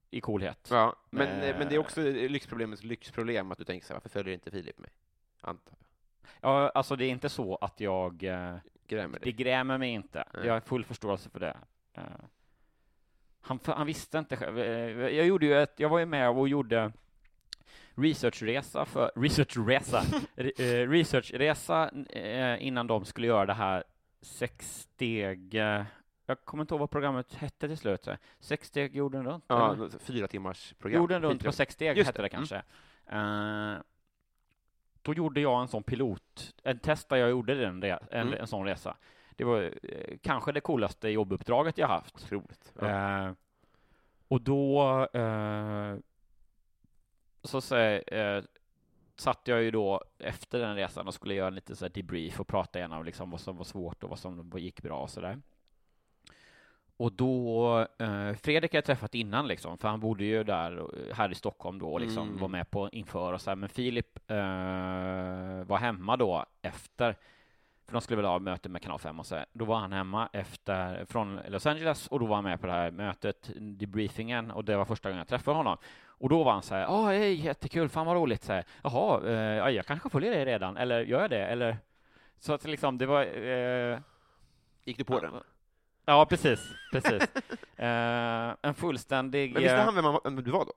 i coolhet. Ja, men, Eh. men det är också lyxproblemets lyxproblem att du tänker så här, varför följer inte Filip mig? Antar jag. Ja, alltså det är inte så att jag... Eh, Grämer det dig. grämer mig inte. Nej. Jag har full förståelse för det. Eh, han, han visste inte själv. Eh, Jag gjorde ju ett, jag var ju med och gjorde researchresa för researchresa eh, researchresa eh, innan de skulle göra det här sex steg. Eh, jag kommer inte ihåg vad programmet hette till slut. Så. Sex steg jorden runt. Ja, eller? fyra timmars program. Jorden runt på Skittrevligt. sex steg Just hette det, det. kanske. Eh, då gjorde jag en sån pilot, en test där jag gjorde den, en, Mm. en sån resa. Det var eh, kanske det coolaste jobbuppdraget jag haft. Otroligt. Ja. Eh, och då eh, så säger, eh, satt jag ju då efter den resan och skulle göra lite så här debrief och prata igenom liksom vad som var svårt och vad som gick bra och så där. Och då, eh, Fredrik har jag träffat innan liksom, för han bodde ju där här i Stockholm då och liksom Mm. var med på inför och så här. Men Filip eh, var hemma då efter, för de skulle väl ha möte med Kanal fem och så här. Då var han hemma efter, från Los Angeles, och då var han med på det här mötet, debriefingen, och det var första gången jag träffade honom. Och då var han så här, ja, hej, jättekul, fan vad roligt, så här. Jaha, eh, ja, jag kanske följer dig redan, eller gör jag det, eller så att liksom, det var eh, Gick du på den? ja, precis, precis. eh, en fullständig... Men visste han vem, man, vem du var då?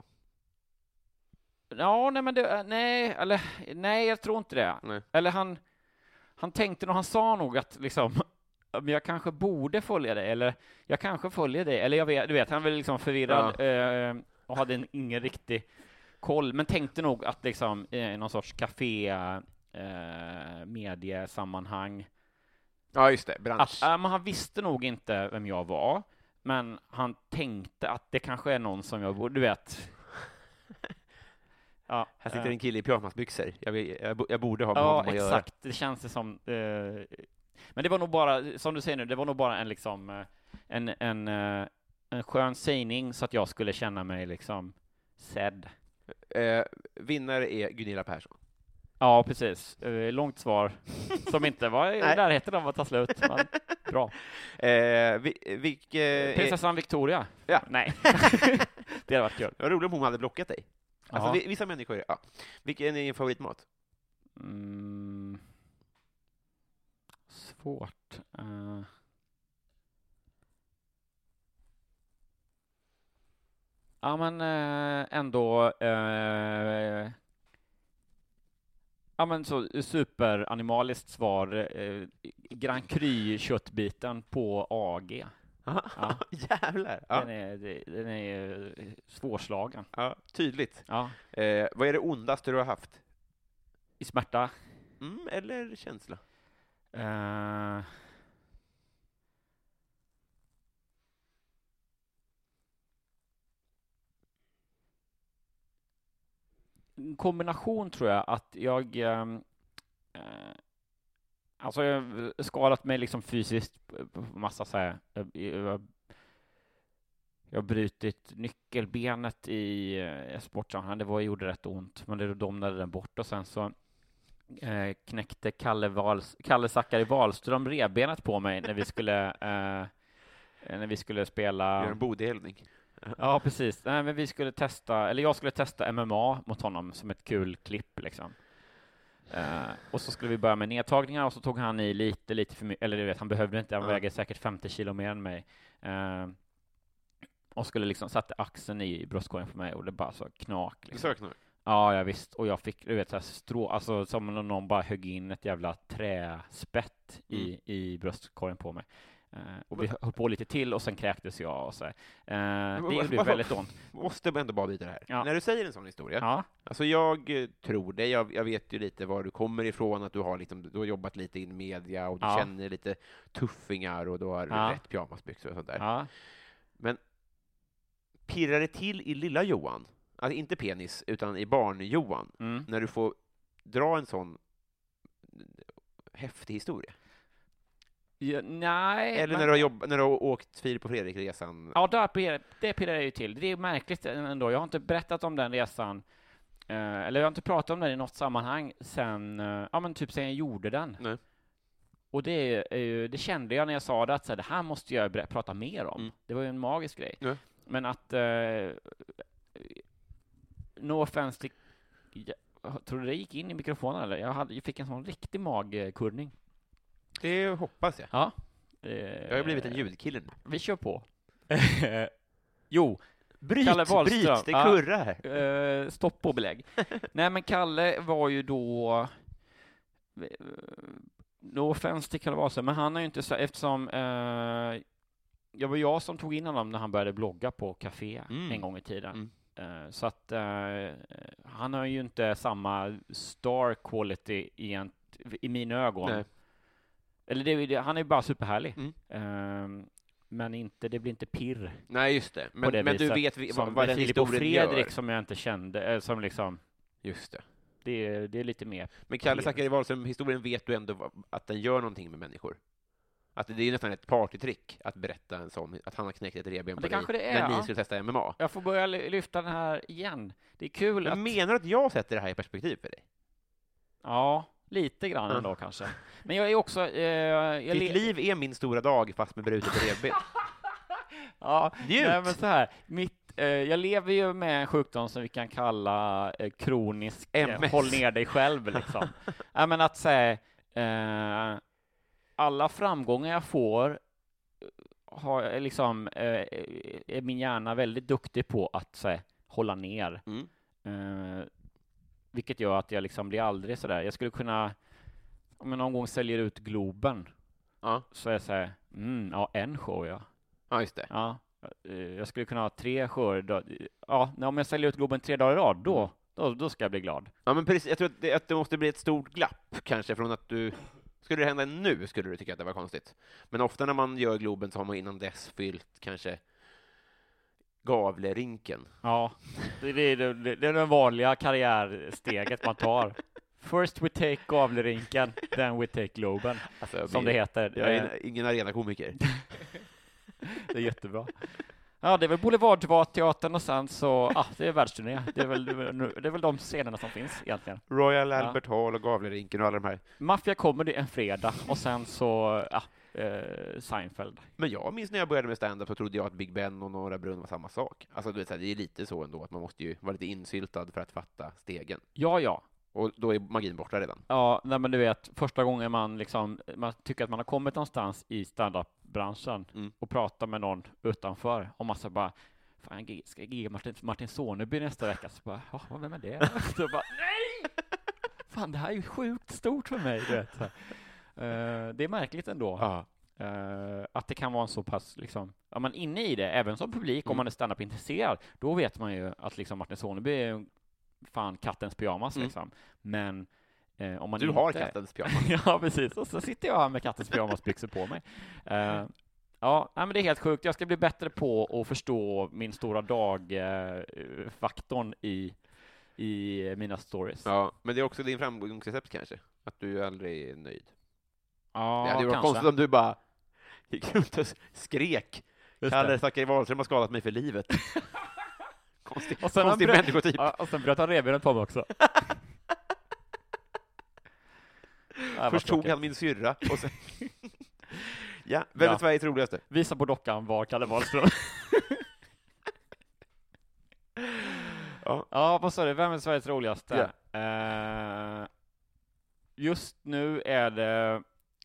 Ja, nej, men det, nej, eller, nej, jag tror inte det. Nej. Eller han, han tänkte nog, han sa nog att liksom, men jag kanske borde följa dig, eller jag kanske följer dig, eller jag vet, du vet, han var liksom förvirrad Ja. eh, och hade en, ingen riktig koll, men tänkte nog att liksom i någon sorts café eh, mediesammanhang, Ja, just det. Bransch. att, äh, men han visste nog inte vem jag var, men han tänkte att det kanske är någon som jag borde, du vet. Ja, Här sitter eh, en kille i pyjamasbyxor. Jag, vill- jag, bo- jag borde ha med ja, honom att göra. exakt. Det känns det som. Eh, men det var nog bara, som du säger nu, det var nog bara en liksom eh, en en eh, en skön sägning så att jag skulle känna mig liksom sedd. Eh, vinnare är Gunilla Persson. Ja, precis. Eh, långt svar som inte var i Nej. närheten av att ta slut. Men bra. Eh, vi, vilk, eh, Prinsessan Victoria? Ja. Nej. Det hade varit kul. Det var roligt om hon hade blockat dig. Alltså, Ja. vi- vissa människor, ja. Vilken är din favoritmat? Mm. Svårt. Uh. Ja, men eh, ändå eh, ja, men så superanimaliskt svar. Eh, Grand Cru-köttbiten på A G. Ja. Jävlar! Ja. Den är, det- den är eh, svårslagen. Ja, tydligt. Ja. Eh, vad är det ondaste du har haft? I smärta. Mm, eller känsla? Eh, en kombination tror jag att jag ehm, eh, alltså jag har skadat mig liksom fysiskt på massa så här, jag, jag, jag har brutit nyckelbenet i eh, sportsammanhang. Det var, gjorde rätt ont, men det domnade den bort, och sen så eh, knäckte Kalle, Wals, Kalle Zackari Wahlström revbenet på mig när vi skulle eh, när vi skulle spela. Gör en bodelning. Ja, precis. Nej, men vi skulle testa, eller jag skulle testa M M A mot honom som ett kul klipp liksom. Eh, och så skulle vi börja med nedtagningar, och så tog han i lite, lite för mycket, eller du vet, han behövde inte, han Ja. väger säkert femtio kilo mer än mig. Eh, och skulle liksom, satte axeln i bröstkorgen för mig, och det bara så knak. Liksom. Söknar. Ja, jag visst. Och jag fick, du vet, så här strå, alltså som om någon bara högg in ett jävla träspett i, Mm. i bröstkorgen på mig. Eh, och vi höll på lite till, och sen kräktes jag och så här. Eh, vad- det gjorde vad- väldigt ont. Måste ändå bara byta det här. Ja. När du säger en sån historia, Ja. alltså jag eh, tror det, jag, jag vet ju lite var du kommer ifrån, att du har, liksom, du har jobbat lite i media, och du Ja. känner lite tuffingar, och du har Ja. rätt pyjamasbyxor och sånt där. Ja. Pirrar det till i lilla Johan? Alltså inte penis, utan i barn-Johan, Mm. när du får dra en sån häftig historia? Ja, nej. Eller men- när du har, jobb, när du har åkt Filip och Fredrik-resan? Ja, där pirrar, det pirrar jag ju till. Det är märkligt ändå. Jag har inte berättat om den resan, eh, eller jag har inte pratat om den i något sammanhang sen, eh, ja men typ sen jag gjorde den. Nej. Och det, är ju- det kände jag när jag sa det, att så här, det här måste jag ber- prata mer om. Mm. Det var ju en magisk grej. Ja. men att uh, no offense till, jag tror du det gick in i mikrofonen eller? Jag, hade, jag fick en sån riktig magkurning. Det hoppas jag. Ja. Jag har blivit en ljudkille nu. Vi kör på. Jo, Bryt, Kalle Wahlström. bryt, det kurrar här. Ja, uh, stopp och belägg. Nej, men Kalle var ju då... Uh, no offense till Kalle Wahlström, men han är ju inte så... Eftersom uh, jag var jag som tog in honom när han började blogga på Café mm. en gång i tiden. Mm. Uh, så att uh, han har ju inte samma star quality i, i mina ögon. Nej. Eller det, det, han är ju bara superhärlig. Mm. Uh, men inte, det blir inte pirr. Nej, just det. Men, det men du vet vi, vad, vad den Filip historien och Fredrik gör. Som jag inte kände, som liksom... Just det. Det, det är lite mer... Men Kalle Zackari Wahlström, historien vet du ändå att den gör någonting med människor. Att det är nästan ett partytrick att berätta en sån, att han har knäckt ett revben på dig det är, när ni ja. skulle testa M M A. Jag får börja lyfta den här igen. Det är kul jag att... Menar att jag sätter det här i perspektiv för dig? Ja, lite grann ändå mm. kanske. Men jag är också... Eh, jag Ditt le- liv är min stora dag fast med brutet revben. Ja, nej, men så här. Mitt, eh, jag lever ju med en sjukdom som vi kan kalla eh, kronisk eh, håll ner dig själv liksom. Ja, men att säga eh, alla framgångar jag får har liksom eh, är min hjärna väldigt duktig på att säga hålla ner. Mm. Eh, vilket gör att jag liksom blir aldrig så där. Jag skulle kunna om jag någon gång säljer ut Globen. Ja. Så är jag så här, mm, ja, en show ja. Ja, just det. Ja, jag skulle kunna ha tre shower. Ja, om jag säljer ut Globen tre dagar i rad, då, mm. då, då ska jag bli glad. Ja, men precis. Jag tror att det, att det måste bli ett stort glapp, kanske, från att du... Skulle det hända nu skulle du tycka att det var konstigt. Men ofta när man gör Globen så har man innan dess fyllt kanske Gavlerinken. Ja, det är det, det, det är den vanliga karriärsteget man tar. First we take Gavlerinken, then we take Globen, alltså, som det heter. Jag är ingen arenakomiker. Det är jättebra. Ja, det är väl Boulevardteatern och sen så, ja, ah, det är världsturné. Det är väl, det är väl de scenerna som finns egentligen. Royal Albert ja. Hall och Gavlerinken och alla de här. Mafia kommer det en fredag och sen så, ja, eh, Seinfeld. Men jag minns när jag började med stand-up så trodde jag att Big Ben och Norra Brunn var samma sak. Alltså du vet, det är lite så ändå att man måste ju vara lite insyltad för att fatta stegen. Ja, ja. Och då är magin borta redan. Ja, nej, men du vet, första gången man liksom, man tycker att man har kommit någonstans i stand-up-branschen mm. och pratar med någon utanför och massa bara, fan, jag ska gigga Martin, Martin Soneby nästa vecka. Så bara, ja, vem är det? Så bara, nej! Fan, det här är ju sjukt stort för mig, du vet. Uh, det är märkligt ändå. Ja. Uh, att det kan vara en så pass, liksom, är man inne i det, även som publik, mm. om man är stand-up-intresserad, då vet man ju att liksom Martin Soneby är fan kattens pyjamas mm. liksom. Men eh, om man du inte... har kattens pyjamas. Ja, precis. Och så sitter jag här med kattens pyjamasbyxor på mig. Uh, ja, nej, men det är helt sjukt. Jag ska bli bättre på att förstå min stora dag-faktorn uh, i, i mina stories. Ja, men det är också din framgångsrecept kanske. Att du aldrig är nöjd. Ja, det hade varit konstigt om du bara gick runt och skrek. Kalle Zackari Wahlström har skadat mig för livet. Konstig, och sen konstig bröt, människotyp. Ja, och sen bröt han revbenet på mig också. Först tog han min syrra och sen... Ja, vem är ja. Sveriges roligaste? Visa på dockan var Kalle Wahlström. ja. ja, vad sa du? Vem är Sveriges roligaste? Ja. Uh, just nu är det...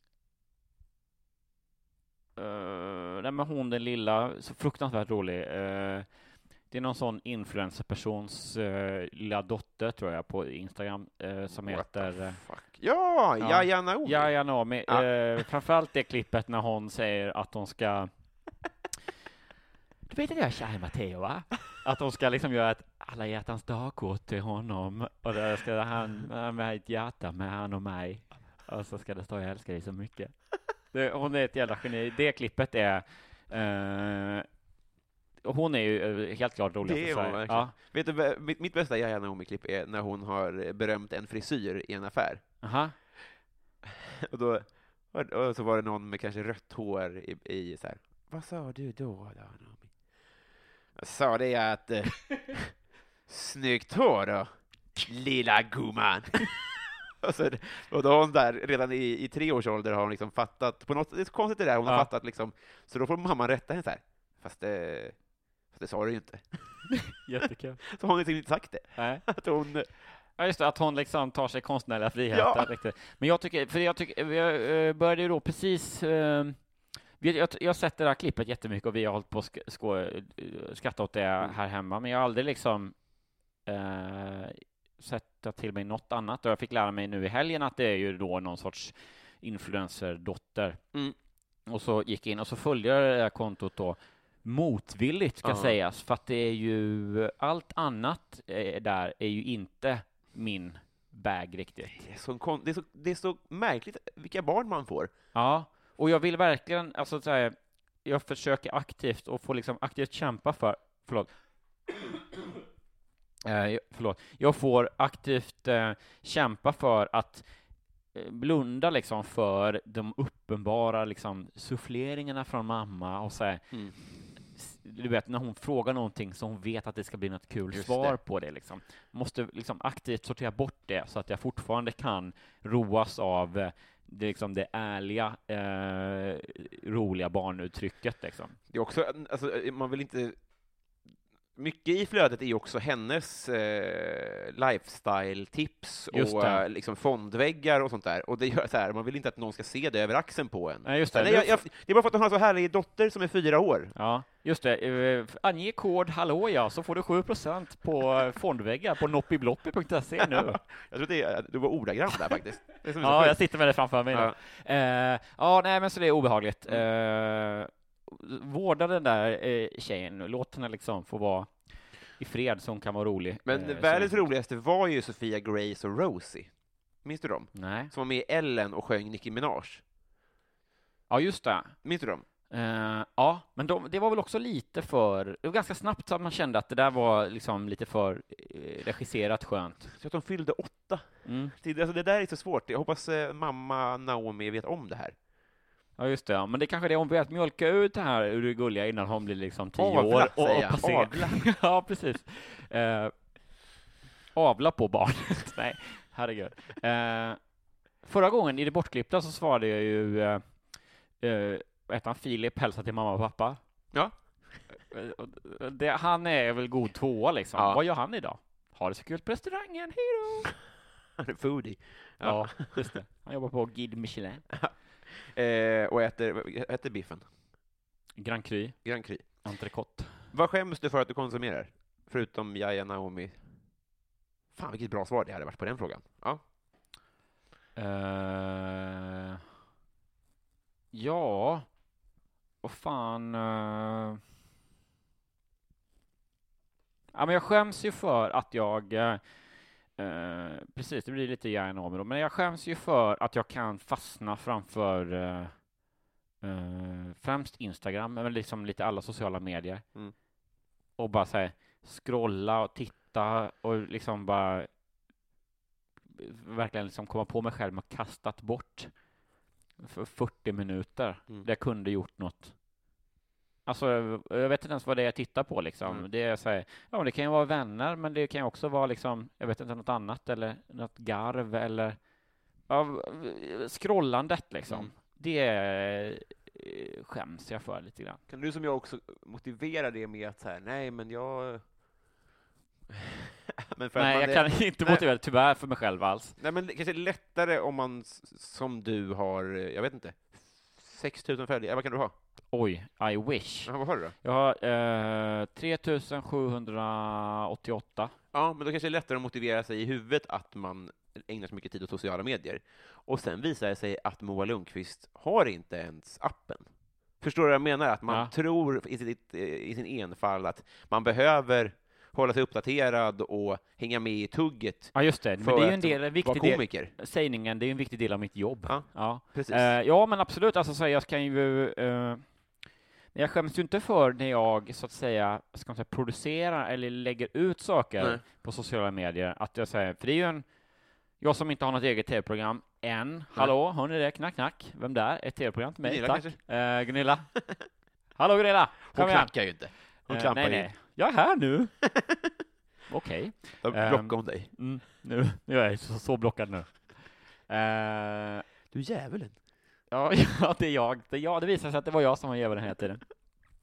Uh, nej, men hon den lilla, så fruktansvärt rolig. Uh, Det är någon sån influencerpersons uh, lilla dotter, tror jag, på Instagram uh, som What heter... Uh, ja, ja, Yahya Naomi. Yahya Naomi. Ah. Uh, framförallt det klippet när hon säger att hon ska... Du vet att jag är kär i Matteo, va? Att hon ska liksom göra ett alla hjärtans dagkort till honom. Och där ska han med ett hjärta med han och mig. Och så ska det stå jag älskar dig så mycket. Det, hon är ett jävla geni. Det klippet är... Uh, hon är ju helt klart rolig. Det är hon verkligen. Ja. Vet du, mitt, mitt bästa Yahya Naomi-klipp är när hon har berömt en frisyr i en affär. Aha. och, då, och så var det någon med kanske rött hår i, i så här. Vad sa du då, då Naomi? Jag sa det att eh, snyggt hår då, lilla gumman. och, så, och då har hon där, redan i, i tre års ålder har hon liksom fattat, på något, det är så konstigt det där, hon ja. har fattat liksom, så då får mamman rätta henne så här. Fast eh, Det sa du ju inte. Jättekul. Så hon har inte sagt det. Nej. Att hon... Ja, just det, att hon liksom tar sig konstnärliga friheter. Ja. Men jag tycker, för jag tycker, vi började ju då precis, eh, jag, jag har sett det här klippet jättemycket och vi har hållit på att sk- skå, skratta åt det här hemma, men jag har aldrig liksom eh, sett till mig något annat, och jag fick lära mig nu i helgen att det är ju då någon sorts influencerdotter. Mm. Och så gick jag in och så följde jag det här kontot då motvilligt, ska Ja. sägas, för att det är ju allt annat eh, där är ju inte min bag riktigt. Det är, så kon- det, är så, det är så märkligt vilka barn man får. Ja, och jag vill verkligen, alltså så här, jag försöker aktivt och får liksom aktivt kämpa för, förlåt, eh, förlåt, jag får aktivt eh, kämpa för att eh, blunda liksom för de uppenbara liksom suffleringarna från mamma och så här, Mm. du vet, när hon frågar någonting så hon vet att det ska bli något kul Just svar det. på det liksom. Måste liksom aktivt sortera bort det så att jag fortfarande kan roas av eh, det, liksom det ärliga, eh, roliga barnuttrycket liksom. Det är också, alltså, man vill inte... Mycket i flödet är ju också hennes eh, lifestyle-tips Just och det. eh, liksom fondväggar och sånt där. Och det gör så här, man vill inte att någon ska se det över axeln på en. Nej, just det. Nej, jag, jag, det är bara för att hon har så härlig dotter som är fyra år. Ja, just det. Eh, ange kod hallå ja, så får du sju procent på eh, fondväggar på noppibloppy punkt se nu. Jag tror det, det var ordagrant där faktiskt. Det är som är så Ja, sjukt. jag sitter med det framför mig nu. Ja. Eh, ja, nej, men så det är obehagligt. Eh, vårda den där eh, tjejen, låt henne liksom få vara i fred så hon kan vara rolig. Men eh, världens så... roligaste var ju Sofia Grace och Rosie. Minns du dem? Nej. Som var med i Ellen och sjöng Nicki Minaj. Ja, just det. Minns du dem? Eh, ja, men de, det var väl också lite för... Det var ganska snabbt så att man kände att det där var liksom lite för eh, regisserat skönt. Så att de fyllde åtta. Mm. Det, alltså det där är så svårt. Jag hoppas eh, mamma Naomi vet om det här. Ja, just det. Ja. Men det är kanske är det hon vet, mjölka ut det här ur det gulliga innan hon blir liksom tio Avla, år. Och, säger och jag. passerar. Avla. Ja, precis. Eh, avla på barnet. Nej, herregud. Eh, förra gången i det bortklippta så svarade jag ju eh, eh, vad heter han? Filip hälsa till mamma och pappa. Ja. Eh, det, han är väl god tvåa liksom. Ja. Vad gör han idag? Har det så kul på restaurangen, hejdå! Han är foodie. Ja, just det. Han jobbar på Guide Michelin. Eh, och äter, vad äter biffen? Grand Cru, Grand Cru. entrecote. Vad skäms du för att du konsumerar? Förutom Jaja Naomi. Fan, vilket bra svar det hade varit på den frågan. Ja. Uh, ja, vad fan... Uh, ja, men jag skäms ju för att jag... Uh, uh, precis, det blir lite gärna om då, men jag skäms ju för att jag kan fastna framför uh, uh, främst Instagram, men liksom lite alla sociala medier. Mm. Och bara så här, scrolla och titta och liksom bara verkligen liksom komma på mig själv med att kastat bort för fyrtio minuter. Mm. Där jag kunde gjort något. Alltså, jag vet inte ens vad det är jag tittar på liksom. Mm. Det är så här, ja, det kan ju vara vänner, men det kan ju också vara liksom, jag vet inte, något annat eller något garv eller ja, scrollandet liksom. Mm. Det är, skäms jag för lite grann. Kan du som jag också motivera det med att så här, nej men jag... men för Nej, att jag man är... kan inte Nej. motivera det tyvärr för mig själv alls. Nej, men det kanske är lättare om man s- som du har, jag vet inte, sex tusen följare. Vad kan du ha? Oj, I wish. Ja, vad har du då? Jag har eh, tre tusen sjuhundraåttioåtta. Ja, men då kanske det är lättare att motivera sig i huvudet att man ägnar så mycket tid åt sociala medier. Och sen visar det sig att Moa Lundqvist har inte ens appen. Förstår du vad jag menar? Att man Ja. tror i, sitt, i sin enfall att man behöver hålla sig uppdaterad och hänga med i tugget Ja, just det. Men för det är ju en att del, en viktig vara del, komiker. sägningen, det är ju en viktig del av mitt jobb. Ja, Ja, precis. Eh, ja men absolut. Alltså, så här, jag kan ju... Eh, jag skäms ju inte för när jag, så att säga, ska man säga, producerar eller lägger ut saker Nej. på sociala medier. Att jag säger, för det är ju en... Jag som inte har något eget tv-program än. Hallå, hör ni det? Knack, knack. Vem där? Ett tv-program till mig, Gunilla tack. kanske? Eh, Gunilla. Hallå Gunilla, Hon kom igen. knackar ju inte. Hon Eh, klampar nej, ju. nej. Jag är här nu. Okej. Då Ehm, blockar hon dig. Mm, nu, nu är jag så, så blockad nu. Eh, Du djävulen. ja, ja, det är jag. Det, är jag. Det visar sig att det var jag som var djävulen hela tiden.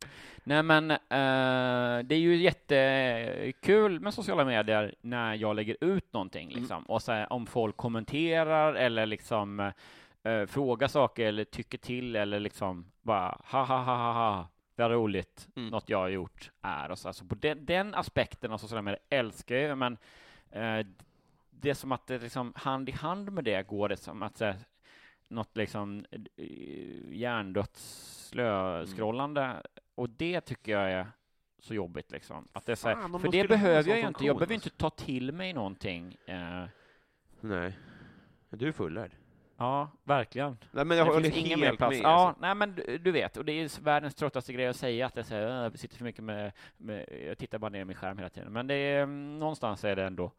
Nej, men eh, det är ju jättekul med sociala medier när jag lägger ut någonting liksom. Mm. Och så, om folk kommenterar eller liksom eh, frågar saker eller tycker till eller liksom bara ha ha ha ha ha vad roligt mm. något jag har gjort är och så. Alltså på den, den aspekten av sociala medier älskar jag, men eh, det är som att det liksom hand i hand med det går det som att så, något liksom hjärndött slö-scrollande mm. och det tycker jag är så jobbigt liksom. Att det är så här, Fan, för det behöver jag ju inte. Jag behöver inte ta till mig någonting. Eh. Nej. Du är fullärd. Ja, verkligen. Nej, men jag det håller finns ingen helt mer plats. med. Ja, Alltså. nej, men du, du vet, och det är världens tröttaste grej att säga att jag, säger, jag sitter för mycket med, med, jag tittar bara ner i min skärm hela tiden. Men det är, någonstans är det ändå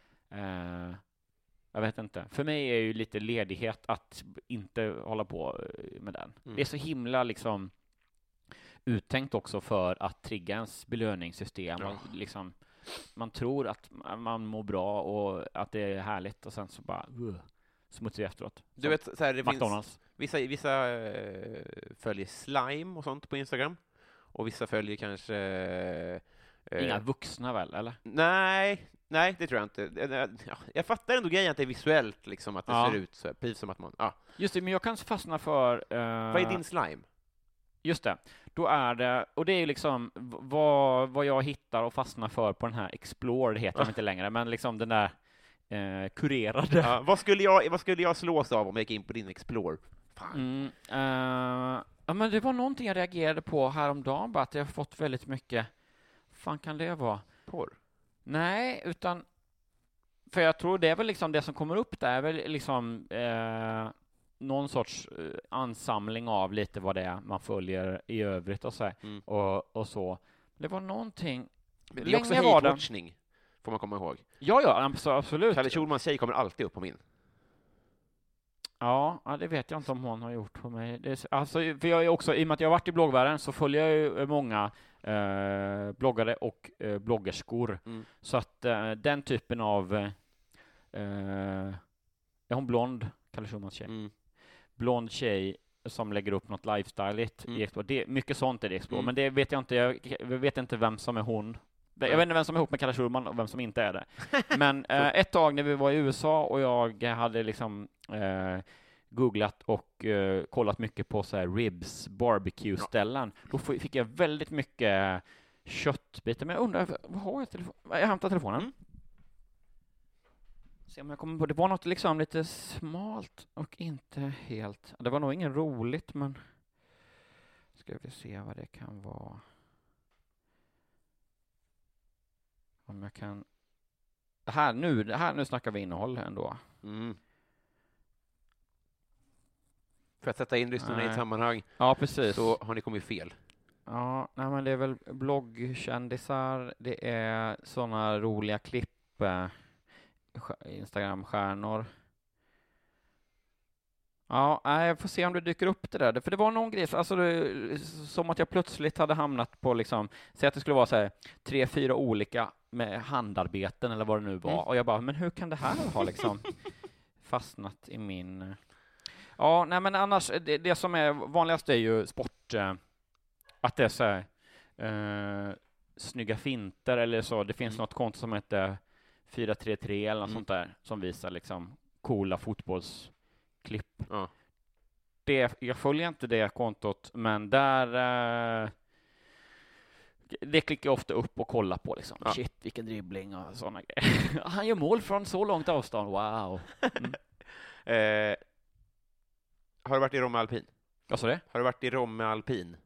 eh, jag vet inte. För mig är ju lite ledighet att inte hålla på med den. Mm. Det är så himla liksom uttänkt också för att trigga ens belöningssystem. Ja. Och liksom, man tror att man mår bra och att det är härligt och sen så bara uh, smutsigt efteråt. Du så, vet, så här, det McDonald's. Finns vissa, vissa äh, följer slime och sånt på Instagram. Och vissa följer kanske... Äh, Inga vuxna väl, eller? Nej, nej, det tror jag inte. Ja, jag fattar ändå grejen att det är visuellt, liksom, att det ja. ser ut så, precis som att man... Ja. Just det, men jag kan fastna för... Uh, vad är din slime? Just det, då är det, och det är liksom vad, vad jag hittar och fastnar för på den här Explore, det heter ja. inte längre, men liksom den där eh, kurerade. Ja, vad, skulle jag, vad skulle jag slås av om jag gick in på din Explore? Mm, uh, ja, men det var någonting jag reagerade på häromdagen, bara att jag har fått väldigt mycket, fan kan det vara? Porr? Nej, utan, för jag tror det är väl liksom det som kommer upp där, är väl liksom eh, någon sorts uh, ansamling av lite vad det är man följer i övrigt och så, mm. och, och så. Det var någonting... Men det är också hate-watchning, får man komma ihåg. Ja, ja, absolut. Kalle Schulmans tjej kommer alltid upp på min. Ja, ja, det vet jag inte om hon har gjort på mig. Det är, alltså, för jag är också, i och med att jag har varit i bloggvärlden så följer jag ju många eh, bloggare och eh, bloggerskor. Mm. Så att eh, den typen av... Eh, är hon blond? Kalle Schulmans tjej. Mm. Blond tjej som lägger upp något lifestyle-igt mm. i Explore. Det, mycket sånt är det Explore, mm. men det vet jag inte. Jag, jag vet inte vem som är hon. Jag vet inte vem som är ihop med Kalle Schulman och vem som inte är det. Men eh, ett tag när vi var i U S A och jag hade liksom eh, googlat och eh, kollat mycket på så här ribs, barbecue-ställen, ja. Då fick jag väldigt mycket köttbitar. Men jag undrar, vad har jag telefon? Jag hämtar telefonen. Mm. Se om jag kommer på. Det var något liksom lite smalt och inte helt... Det var nog ingen roligt, men... Ska vi se vad det kan vara. Om jag kan... Det här nu, det här nu snackar vi innehåll ändå. Mm. För att sätta in lyssnarna i ett sammanhang. Ja, precis. Så har ni kommit fel. Ja, nej, men det är väl bloggkändisar. Det är såna roliga klipp. Eh, Instagram-stjärnor. Ja, jag får se om det dyker upp det där. För det var någon grej, alltså det, som att jag plötsligt hade hamnat på liksom, säg att det skulle vara så här, tre, fyra olika med handarbeten eller vad det nu var. Mm. Och jag bara, men hur kan det här ha liksom fastnat i min... Ja, nej, men annars, det, det som är vanligast är ju sport. Eh, att det är så här, eh, snygga finter eller så. Det finns mm. något konto som heter fyra tre tre eller något mm. sånt där som visar liksom coola fotbollsklipp. Ja. Det, jag följer inte det kontot, men där eh, det klickar jag ofta upp och kollar på liksom. Ja. Shit, vilken dribbling och sådana grejer. Han gör mål från så långt avstånd. Wow. Mm. eh, har du varit i Romme Alpin? Vad sa du? Har du varit i Romme Alpin?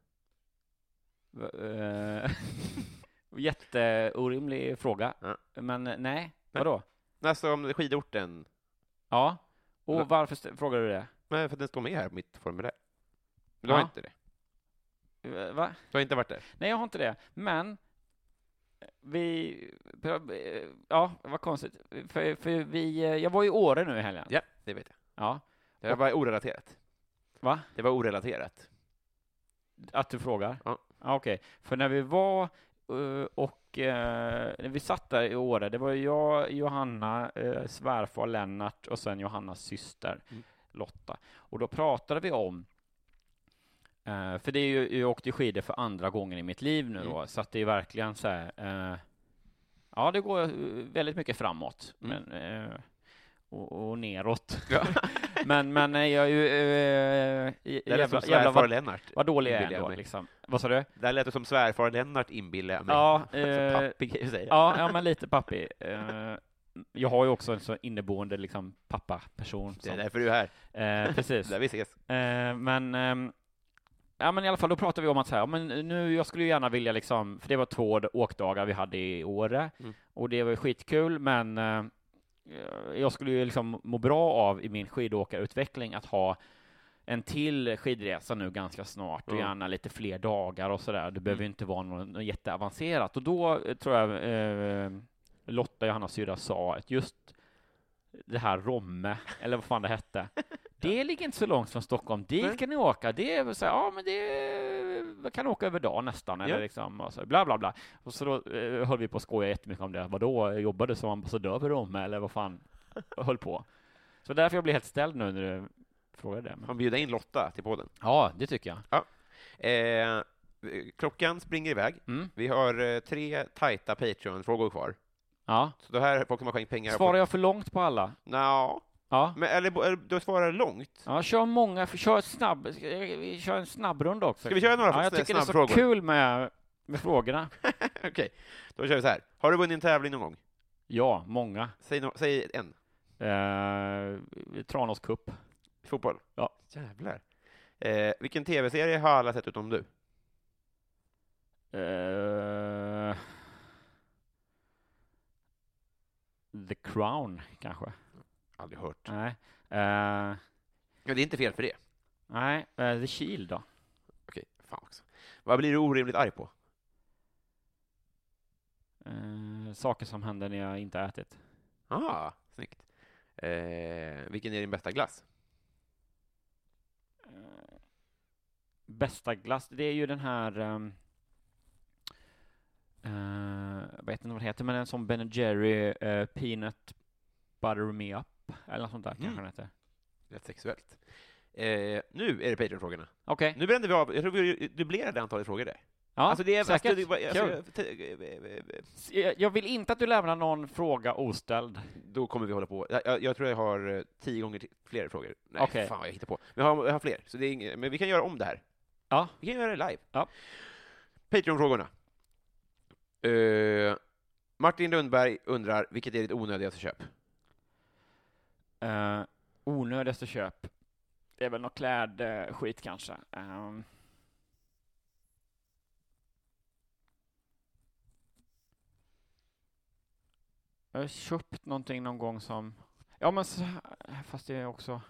Uh, jätteorimlig fråga. Ja. Men nej, vadå? Alltså om skidorten. Ja. Och ja. Varför st- frågar du det? Men för att den står med här på mitt formulär. Du ja. har inte det. Va? Du har inte varit där? Nej, jag har inte det. Men vi... Ja, vad konstigt. För, för vi... Jag var i Åre nu i helgen. Ja, det vet jag. Ja. Det var orelaterat. Va? Det var orelaterat. Att du frågar? Ja. Ah, okej. Okay. För när vi var uh, och uh, när vi satt där i Åre, det var jag, Johanna, uh, svärfar Lennart och sen Johannas syster mm. Lotta. Och då pratade vi om Uh, för det är ju, jag åkte skidor för andra gången i mitt liv nu mm. då, så att det är verkligen så här, uh, ja, det går väldigt mycket framåt, mm. men, uh, och, och neråt. Ja. men, men jag är ju, uh, det jävla, jävla vad, Lennart, vad dålig jag är ändå, liksom. Vad sa du? Det lät som svärfar Lennart inbillar jag mig. Ja, uh, pappig, ja, ja, men lite pappig. Uh, jag har ju också en så inneboende liksom pappa-person. Det är därför du är här. Uh, precis. Där vi ses. Uh, men... Um, Ja, men i alla fall, då pratar vi om att så här, men nu, jag skulle ju gärna vilja liksom, för det var två åkdagar vi hade i Åre, mm. och det var skitkul, men eh, jag skulle ju liksom må bra av i min skidåkarutveckling att ha en till skidresa nu ganska snart, och mm. gärna lite fler dagar och sådär. Det behöver ju mm. inte vara något, något jätteavancerat, och då eh, tror jag eh, Lotta, Johannas syrra, sa att just det här Romme, eller vad fan det hette, det ligger inte så långt från Stockholm. Dit Nej. kan ni åka. Det är så här, ja, men det kan åka över dagen nästan, ja. eller liksom, och så, bla bla bla. Och så då eh, höll vi på att skoja jättemycket om det. Vadå, jobbade som ambassadör för Romme, eller vad fan höll på. Så därför jag blir helt ställd nu när du frågar det. Man bjuder in Lotta till podden. Ja, det tycker jag. Ja. Eh, klockan springer iväg. Mm. Vi har eh, tre tajta Patreon-frågor kvar. Ja. Så det här folk kommer skänka pengar. Svarar på... jag för långt på alla? Nja. Ja. Men eller, eller du svarar långt. Ja, kör många, kör snabb, vi kör en snabbrunda också. Ska vi köra några ja, jag tycker det är så frågor? Kul med, med frågorna. Okej, okay. Då kör vi så här. Har du vunnit en tävling någon gång? Ja, många. Säg, no, säg en. Eh, Tranås Cup. Fotboll? Ja. Jävlar. Eh, vilken tv-serie har alla sett utom du? Eh, The Crown, kanske. Aldrig hört. Nej. Uh, ja, det är inte fel för det. Nej, uh, The Shield då. Okej, fan också. Vad blir du orimligt arg på? Uh, saker som händer när jag inte ätit. Ah, snyggt. Uh, vilken är din bästa glass? Uh, bästa glass, det är ju den här... Um, uh, jag vet inte vad det heter, men en sån Ben and Jerry uh, Peanut Butter Me Up. Eller något sånt där, mm. kanske heter. Rätt sexuellt. Eh, nu är det Patreon-frågorna. Okej. Okay. Nu brände vi av. Jag tror vi dubblerade antalet frågor där. Ja, alltså det är säkert. Alltså, jag, jag vill inte att du lämnar någon fråga oställd. Då kommer vi hålla på. Jag, jag tror jag har tio gånger fler frågor. Nej, okay. fan vad jag hittar på. Men jag har, jag har fler. Så det är inget, men vi kan göra om det här. Ja. Vi kan göra det live. Ja. Patreon-frågorna. Uh, Martin Lundberg undrar, vilket är ditt onödigaste köp? Uh, onödigaste köp. Det är väl något klädskit uh, kanske. Um. Jag har köpt någonting någon gång som... Ja, men så, fast det är också...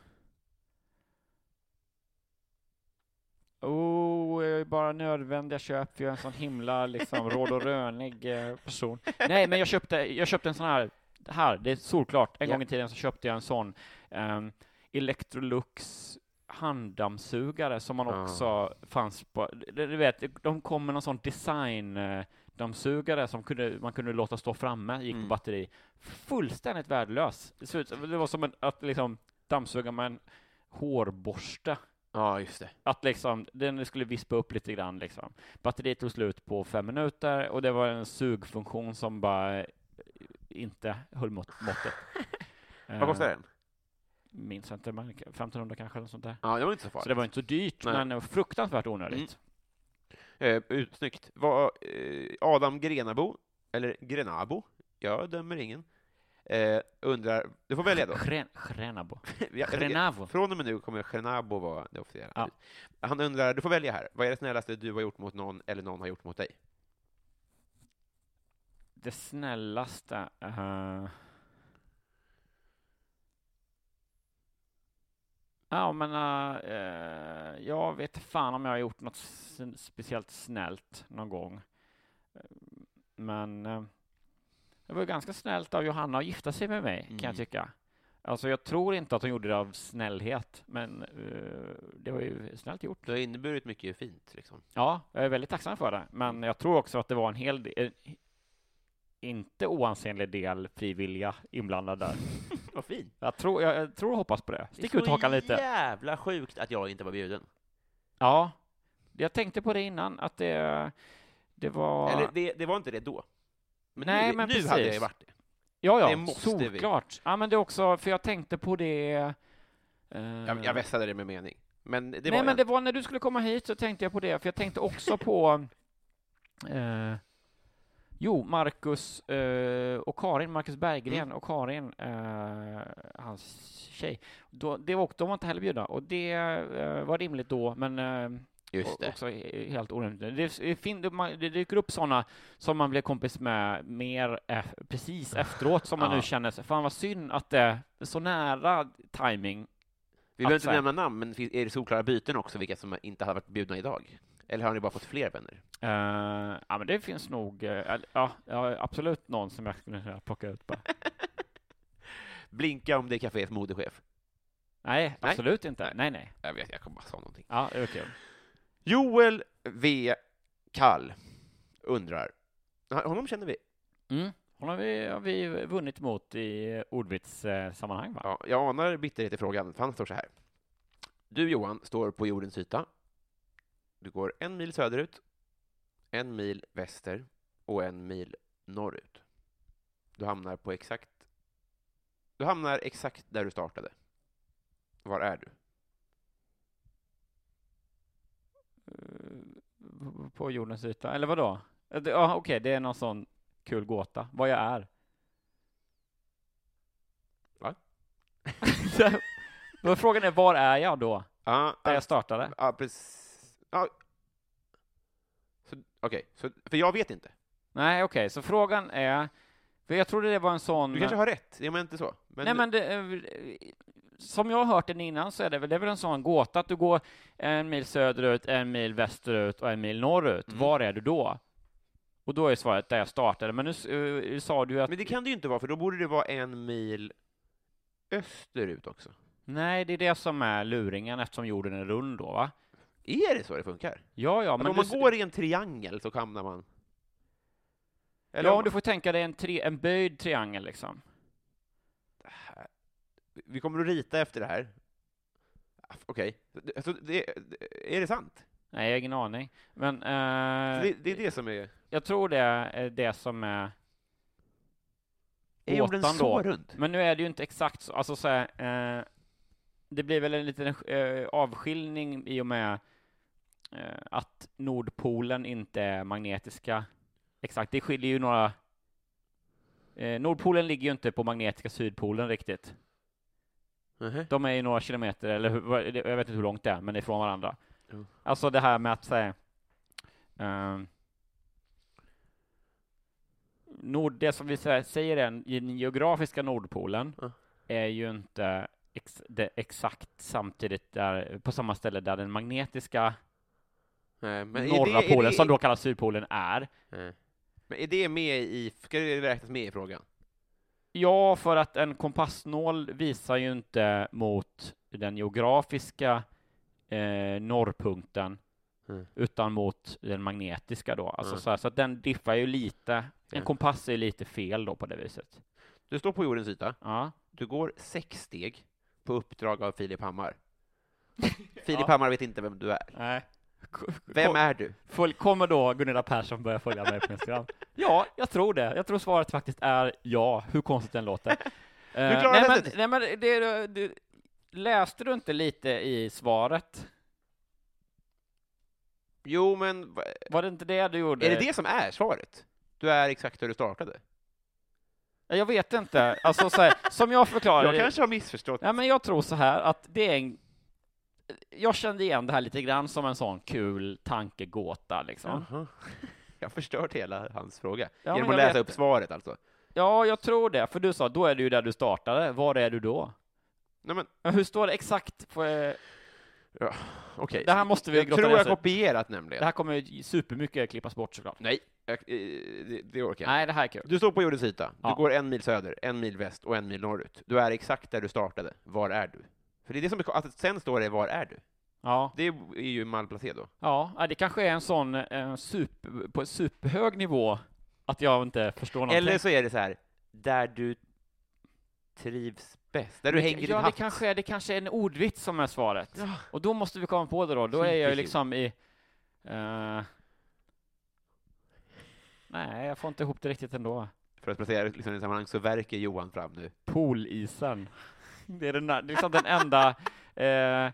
Oh, jag är bara nödvändiga köp för jag är en sån himla liksom råd och rönig eh, person. Nej, men jag köpte, jag köpte en sån här... Här, det är solklart. En yeah. gång i tiden så köpte jag en sån um, Electrolux handdammsugare som man också oh. fanns på... Du vet, de kom med någon sån design... Uh, dammsugare som kunde, man kunde låta stå framme, gick mm. på batteri. Fullständigt värdelös. Det var som en, att liksom dammsuga med en hårborste. Ja, just det. Att liksom, den skulle vispa upp lite grann liksom. Batteriet tog slut på fem minuter och det var en sugfunktion som bara inte höll mot, måttet. Vad kostar den? Minns inte, men femtonhundra kanske eller sånt där. Ja, det var inte så farligt. Så det var inte så dyrt, Nej. men det var fruktansvärt onödigt. Mm. Eh, snyggt. Var, eh, Adam Grenabo, eller Grenabo, jag dömer ingen, eh, undrar, du får välja då. Gren, Grenabo. Grenabo. Från och med nu kommer Grenabo vara det officiella. Ja. Han undrar, du får välja här. Vad är det snällaste du har gjort mot någon eller någon har gjort mot dig? Det snällaste... Uh... Ja, men uh, jag vet fan om jag har gjort något speciellt snällt någon gång. Men uh, det var ganska snällt av Johanna att gifta sig med mig, mm. kan jag tycka. Alltså jag tror inte att hon gjorde det av snällhet, men uh, det var ju snällt gjort. Det har inneburit mycket fint, liksom. Ja, jag är väldigt tacksam för det. Men jag tror också att det var en hel del, inte oansenlig del frivilliga inblandade där. Vad fint. Jag tror, jag, jag tror och hoppas på det. Stick ut hakan lite. Det är så jävla sjukt att jag inte var bjuden. Ja. Jag tänkte på det innan, att det, det var... Eller det, det var inte det då. Men Nej, nu, men nu precis. hade det varit det. Ja, ja, Det måste solklart. Ja, men det är också, för jag tänkte på det... eh, Jag, jag vässade det med mening. Men det Nej, var men en... det var när du skulle komma hit så tänkte jag på det, för jag tänkte också på... Eh, jo, Marcus eh, och Karin, Marcus Berggren Mm. och Karin, eh, hans tjej. Då, det var, de var inte heller bjudna, och det eh, var rimligt då, men eh, Just det. också helt orimligt. Det, det, fin- det, man- det dyker upp sådana som man blev kompis med mer eh, precis efteråt, som man Ja. nu känner sig, fan vad synd att det är så nära timing. Vi behöver Att inte säga- nämna namn, men finns- är det solklara byten också, vilka som inte har varit bjudna idag? Eller har ni bara fått fler vänner? Uh, ja, men det finns nog, uh, ja, ja, absolut någon som jag skulle kunna plocka ut bara. Blinka om det är kaféets modechef. Nej, absolut inte. Nej, nej. Jag vet, jag kommer bara säga någonting. Ja, det är okej. Joel V. Kall undrar. Honom känner vi. Mm. Hon har vi, har vi vunnit mot i ordvitssammanhang, va? Ja, jag anar bitterhet i frågan, för han står så här. Du, Johan, står på jordens yta. Du går en mil söderut, en mil väster och en mil norrut. Du hamnar på exakt... Du hamnar exakt där du startade. Var är du? Uh, på jordens yta, eller vad då? Ja, okej, okay, det är någon sån kul gåta. Vad jag är. Va? Men frågan är, var är jag då? Ja, Där jag startade? Ja, precis. Ja. Okej, okay. Så, för jag vet inte. Nej, okej, okay. Så frågan är, för jag trodde det var en sån... Du kanske har rätt, det är inte så. Men Nej, men det, som jag har hört den innan så är det väl, det är väl en sån gåta att du går en mil söderut, en mil västerut och en mil norrut. Mm. Var är du då? Och då är svaret där jag startade. Men nu uh, sa du att... Men det kan det ju inte vara, för då borde det vara en mil österut också. Nej, det är det som är luringen eftersom jorden är rund då, va? Är det så det funkar? Ja, ja. Men Men om man du, går i en triangel så hamnar man... Eller ja, om... du får tänka dig en, tre, en böjd triangel liksom. Vi kommer att rita efter det här. Okej. Okay. Alltså, det, är det sant? Nej, jag har ingen aning. Men uh, det, det är det som är... jag tror det är det som är... Är jorden så då. runt? Men nu är det ju inte exakt så. Alltså så här, eh, det blir väl en liten eh, avskiljning i och med eh, att Nordpolen inte är magnetiska. Exakt, det skiljer ju några... Eh, Nordpolen ligger ju inte på magnetiska Sydpolen riktigt. Uh-huh. De är ju några kilometer, eller hur, jag vet inte hur långt det är, men det är från varandra. Mm. Alltså det här med att säga... Eh, Nord, det som vi säger är i den geografiska Nordpolen mm. är ju inte ex, det exakt samtidigt där, på samma ställe där den magnetiska Nej, men norra det, polen, det, som då kallas Sydpolen, är. Nej. Men är det med i, ska det räknas med i frågan? Ja, för att en kompassnål visar ju inte mot den geografiska eh, norrpunkten, mm. utan mot den magnetiska då. Alltså mm. så, här, så att den diffar ju lite. En ja. kompass är lite fel då på det viset. Du står på jordens yta. Ja. Du går sex steg på uppdrag av Filip Hammar. Filip ja. Hammar vet inte vem du är. Nej. Vem är du? Kommer då Gunilla Persson börja följa mig på Instagram? Ja, jag tror det. Jag tror svaret faktiskt är ja, hur konstigt den låter. Du klarar nej, det. Men, nej, men det, du, läste du inte lite i svaret? Jo, men... Var det inte det du gjorde? Är det det som är svaret? Du är exakt där du startade? Jag vet inte. Alltså, så här, som jag förklarade... Jag kanske har missförstått. Ja, men jag tror så här att det är en... Jag kände igen det här lite grann som en sån kul tankegåta, liksom. Uh-huh. Jag har förstört hela hans fråga. Ja, genom att läsa upp svaret, alltså. Ja, jag tror det. För du sa, då är du ju där du startade. Var är du då? Nej, men... Ja, hur står det exakt? På... Ja, okej. Okay. Det här måste vi jag tror jag har kopierat nämligen. Det här kommer ju supermycket klippas bort såklart. Nej, jag, det, det orkar jag. Nej, det här är kul. Du står på jordens yta. Ja. Du går en mil söder, en mil väst och en mil norrut. Du är exakt där du startade. Var är du? För det är det som är, att sen står det, var är du? Ja. Det är ju malplacé då. Ja, det kanske är en sån en super, på en superhög nivå att jag inte förstår någonting. Eller så är det så här, där du trivs bäst, där du det, hänger i ja, din det hatt. kanske är, det kanske är en ordvits som är svaret. Ja. Och då måste vi komma på det då. Då är jag ju liksom i... Uh, nej, jag får inte ihop det riktigt ändå. För att placera liksom, i sammanhang så verkar Johan fram nu. Poolisen. Det är den, det är liksom den enda... Uh,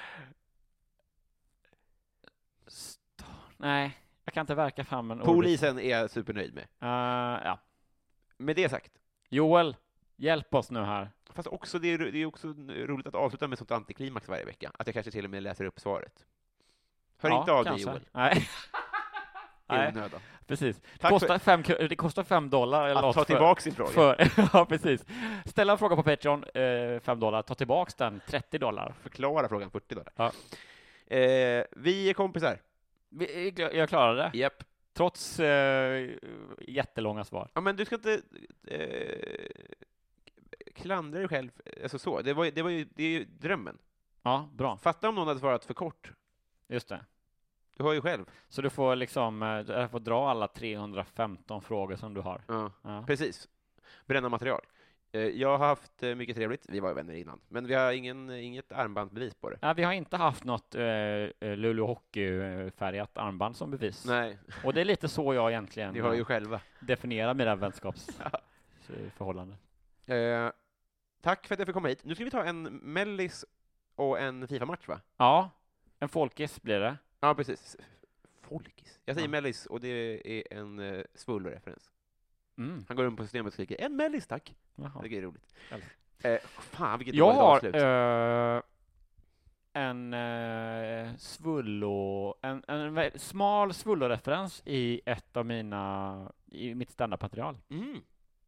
st- nej, jag kan inte verka fram en... Poolisen är jag supernöjd med. Uh, ja. Med det sagt. Joel, hjälp oss nu här. Fast också, det är, det är också roligt att avsluta med sånt antiklimax varje vecka. Att jag kanske till och med läser upp svaret. Hör Ja, inte av kanske. dig, Joel. Nej. Nej. Nöda. Precis. Tack Kostar för... fem, det kostar fem dollar. Eller att ta tillbaka sin fråga. För, ja, precis. Ställa en fråga på Patreon, eh, fem dollar. Ta tillbaka den, trettio dollar. Förklara frågan, fyrtio dollar. Ja. Eh, vi är kompisar. Vi, jag klarade det. Japp. Trots eh, jättelånga svar. Ja, men du ska inte eh, klandra dig själv. Alltså så. Det var, det var ju, det är ju drömmen. Ja, bra. Fatta om någon hade svarat för kort. Just det. Du har ju själv. Så du får liksom, jag får dra alla trehundrafemton frågor som du har. Ja, Ja. precis. Bränna material. Eh, jag har haft eh, mycket trevligt. Vi var ju vänner innan. Men vi har ingen, inget armbandbevis på det. Ja, vi har inte haft något eh, Luleå Hockey-färgat armband som bevis. Nej. Och det är lite så jag egentligen Ni har ju själva. definierar mina vänskapsförhållanden. Eh, tack för att jag fick komma hit. Nu ska vi ta en mellis och en FIFA-match, va? Ja, en folkis blir det. Ja, precis. Folkis. Jag säger Ja. mellis och det är en uh, Svullo-referens. Mm. Han går runt på systemet och skriker en mellis, tack. Jaha. Det är roligt. Eller. Eh, fan, vilket Jag dåligt har avslut. eh, en eh, svullo, en, en vä- smal svullo-referens i ett av mina, i mitt standardmaterial. Mm.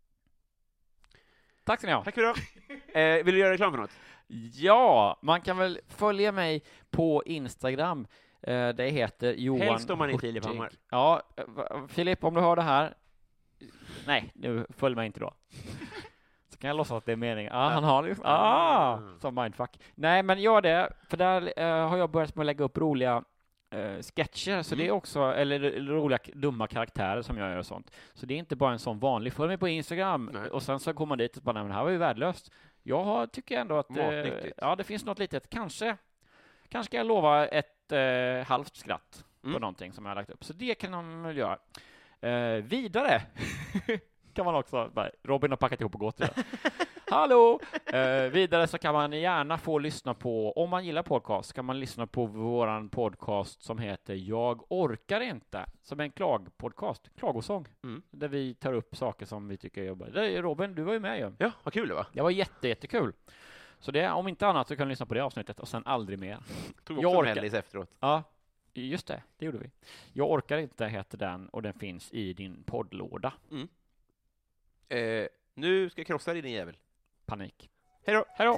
Tack ska ni ha. Tack för det. eh, vill du göra reklam för något? Ja, man kan väl följa mig på Instagram. Eh, det heter Johan Helst om man är Hurtig. Filip Hammar. Ja, eh, va- Filip, om du hör det här. Nej, nu följ mig inte då. Så kan jag låtsas att det är meningen. Ah, han har liksom, ah, som mindfuck. Nej, men gör det, för där eh, har jag börjat med att lägga upp roliga eh, sketcher, så Mm. det är också, eller r- roliga k- dumma karaktärer som jag gör och sånt. Så det är inte bara en sån vanlig, följ mig på Instagram, Nej. och sen så kommer man dit och bara, nej, men det här var ju värdelöst. Jag har, tycker ändå att eh, Matnyttigt. ja, det finns något litet, kanske, kanske ska jag lova ett eh, halvt skratt Mm. på någonting som jag har lagt upp. Så det kan man väl göra. Eh, vidare kan man också, bara, Robin har packat ihop och gått redan. Hallå! Eh, vidare så kan man gärna få lyssna på, om man gillar podcast, kan man lyssna på våran podcast som heter Jag orkar inte, som är en klagpodcast, klagosång, Mm. där vi tar upp saker som vi tycker är jobbiga. Det är Robin, du var ju med ju. Ja, vad kul det var. Det var jätte, jättekul. Så det, om inte annat så kan du lyssna på det avsnittet och sen aldrig mer. Tog Jag också orkar. mellis efteråt. Ja, just det, det gjorde vi. Jag orkar inte heter den, och den finns i din poddlåda. Eh, nu ska jag krossa dig, din jävel. Panik. Hej då! Hej då!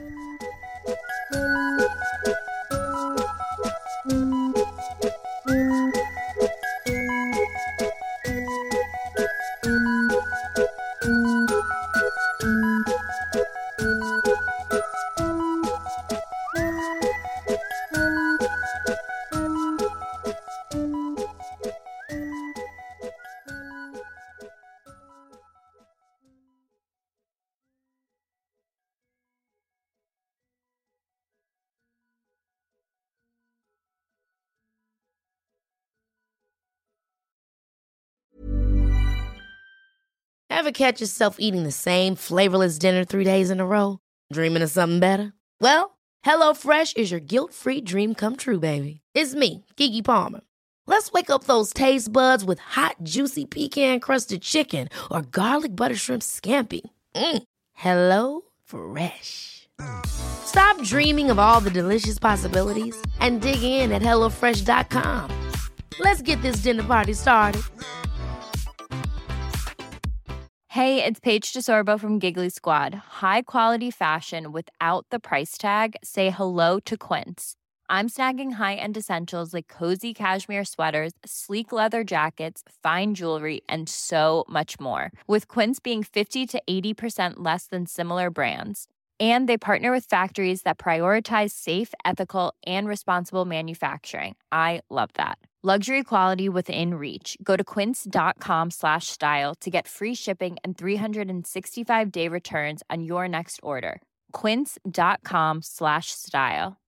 Ever catch yourself eating the same flavorless dinner three days in a row? Dreaming of something better? Well, HelloFresh is your guilt-free dream come true, baby. It's me, Keke Palmer. Let's wake up those taste buds with hot, juicy pecan-crusted chicken or garlic butter shrimp scampi. Mm. Hello Fresh. Stop dreaming of all the delicious possibilities and dig in at hello fresh dot com. Let's get this dinner party started. Hey, it's Paige DeSorbo from Giggly Squad. High quality fashion without the price tag. Say hello to Quince. I'm snagging high-end essentials like cozy cashmere sweaters, sleek leather jackets, fine jewelry, and so much more. With Quince being fifty to eighty percent less than similar brands. And they partner with factories that prioritize safe, ethical, and responsible manufacturing. I love that. Luxury quality within reach. Go to quince.com slash style to get free shipping and three sixty-five day returns on your next order. Quince.com slash style.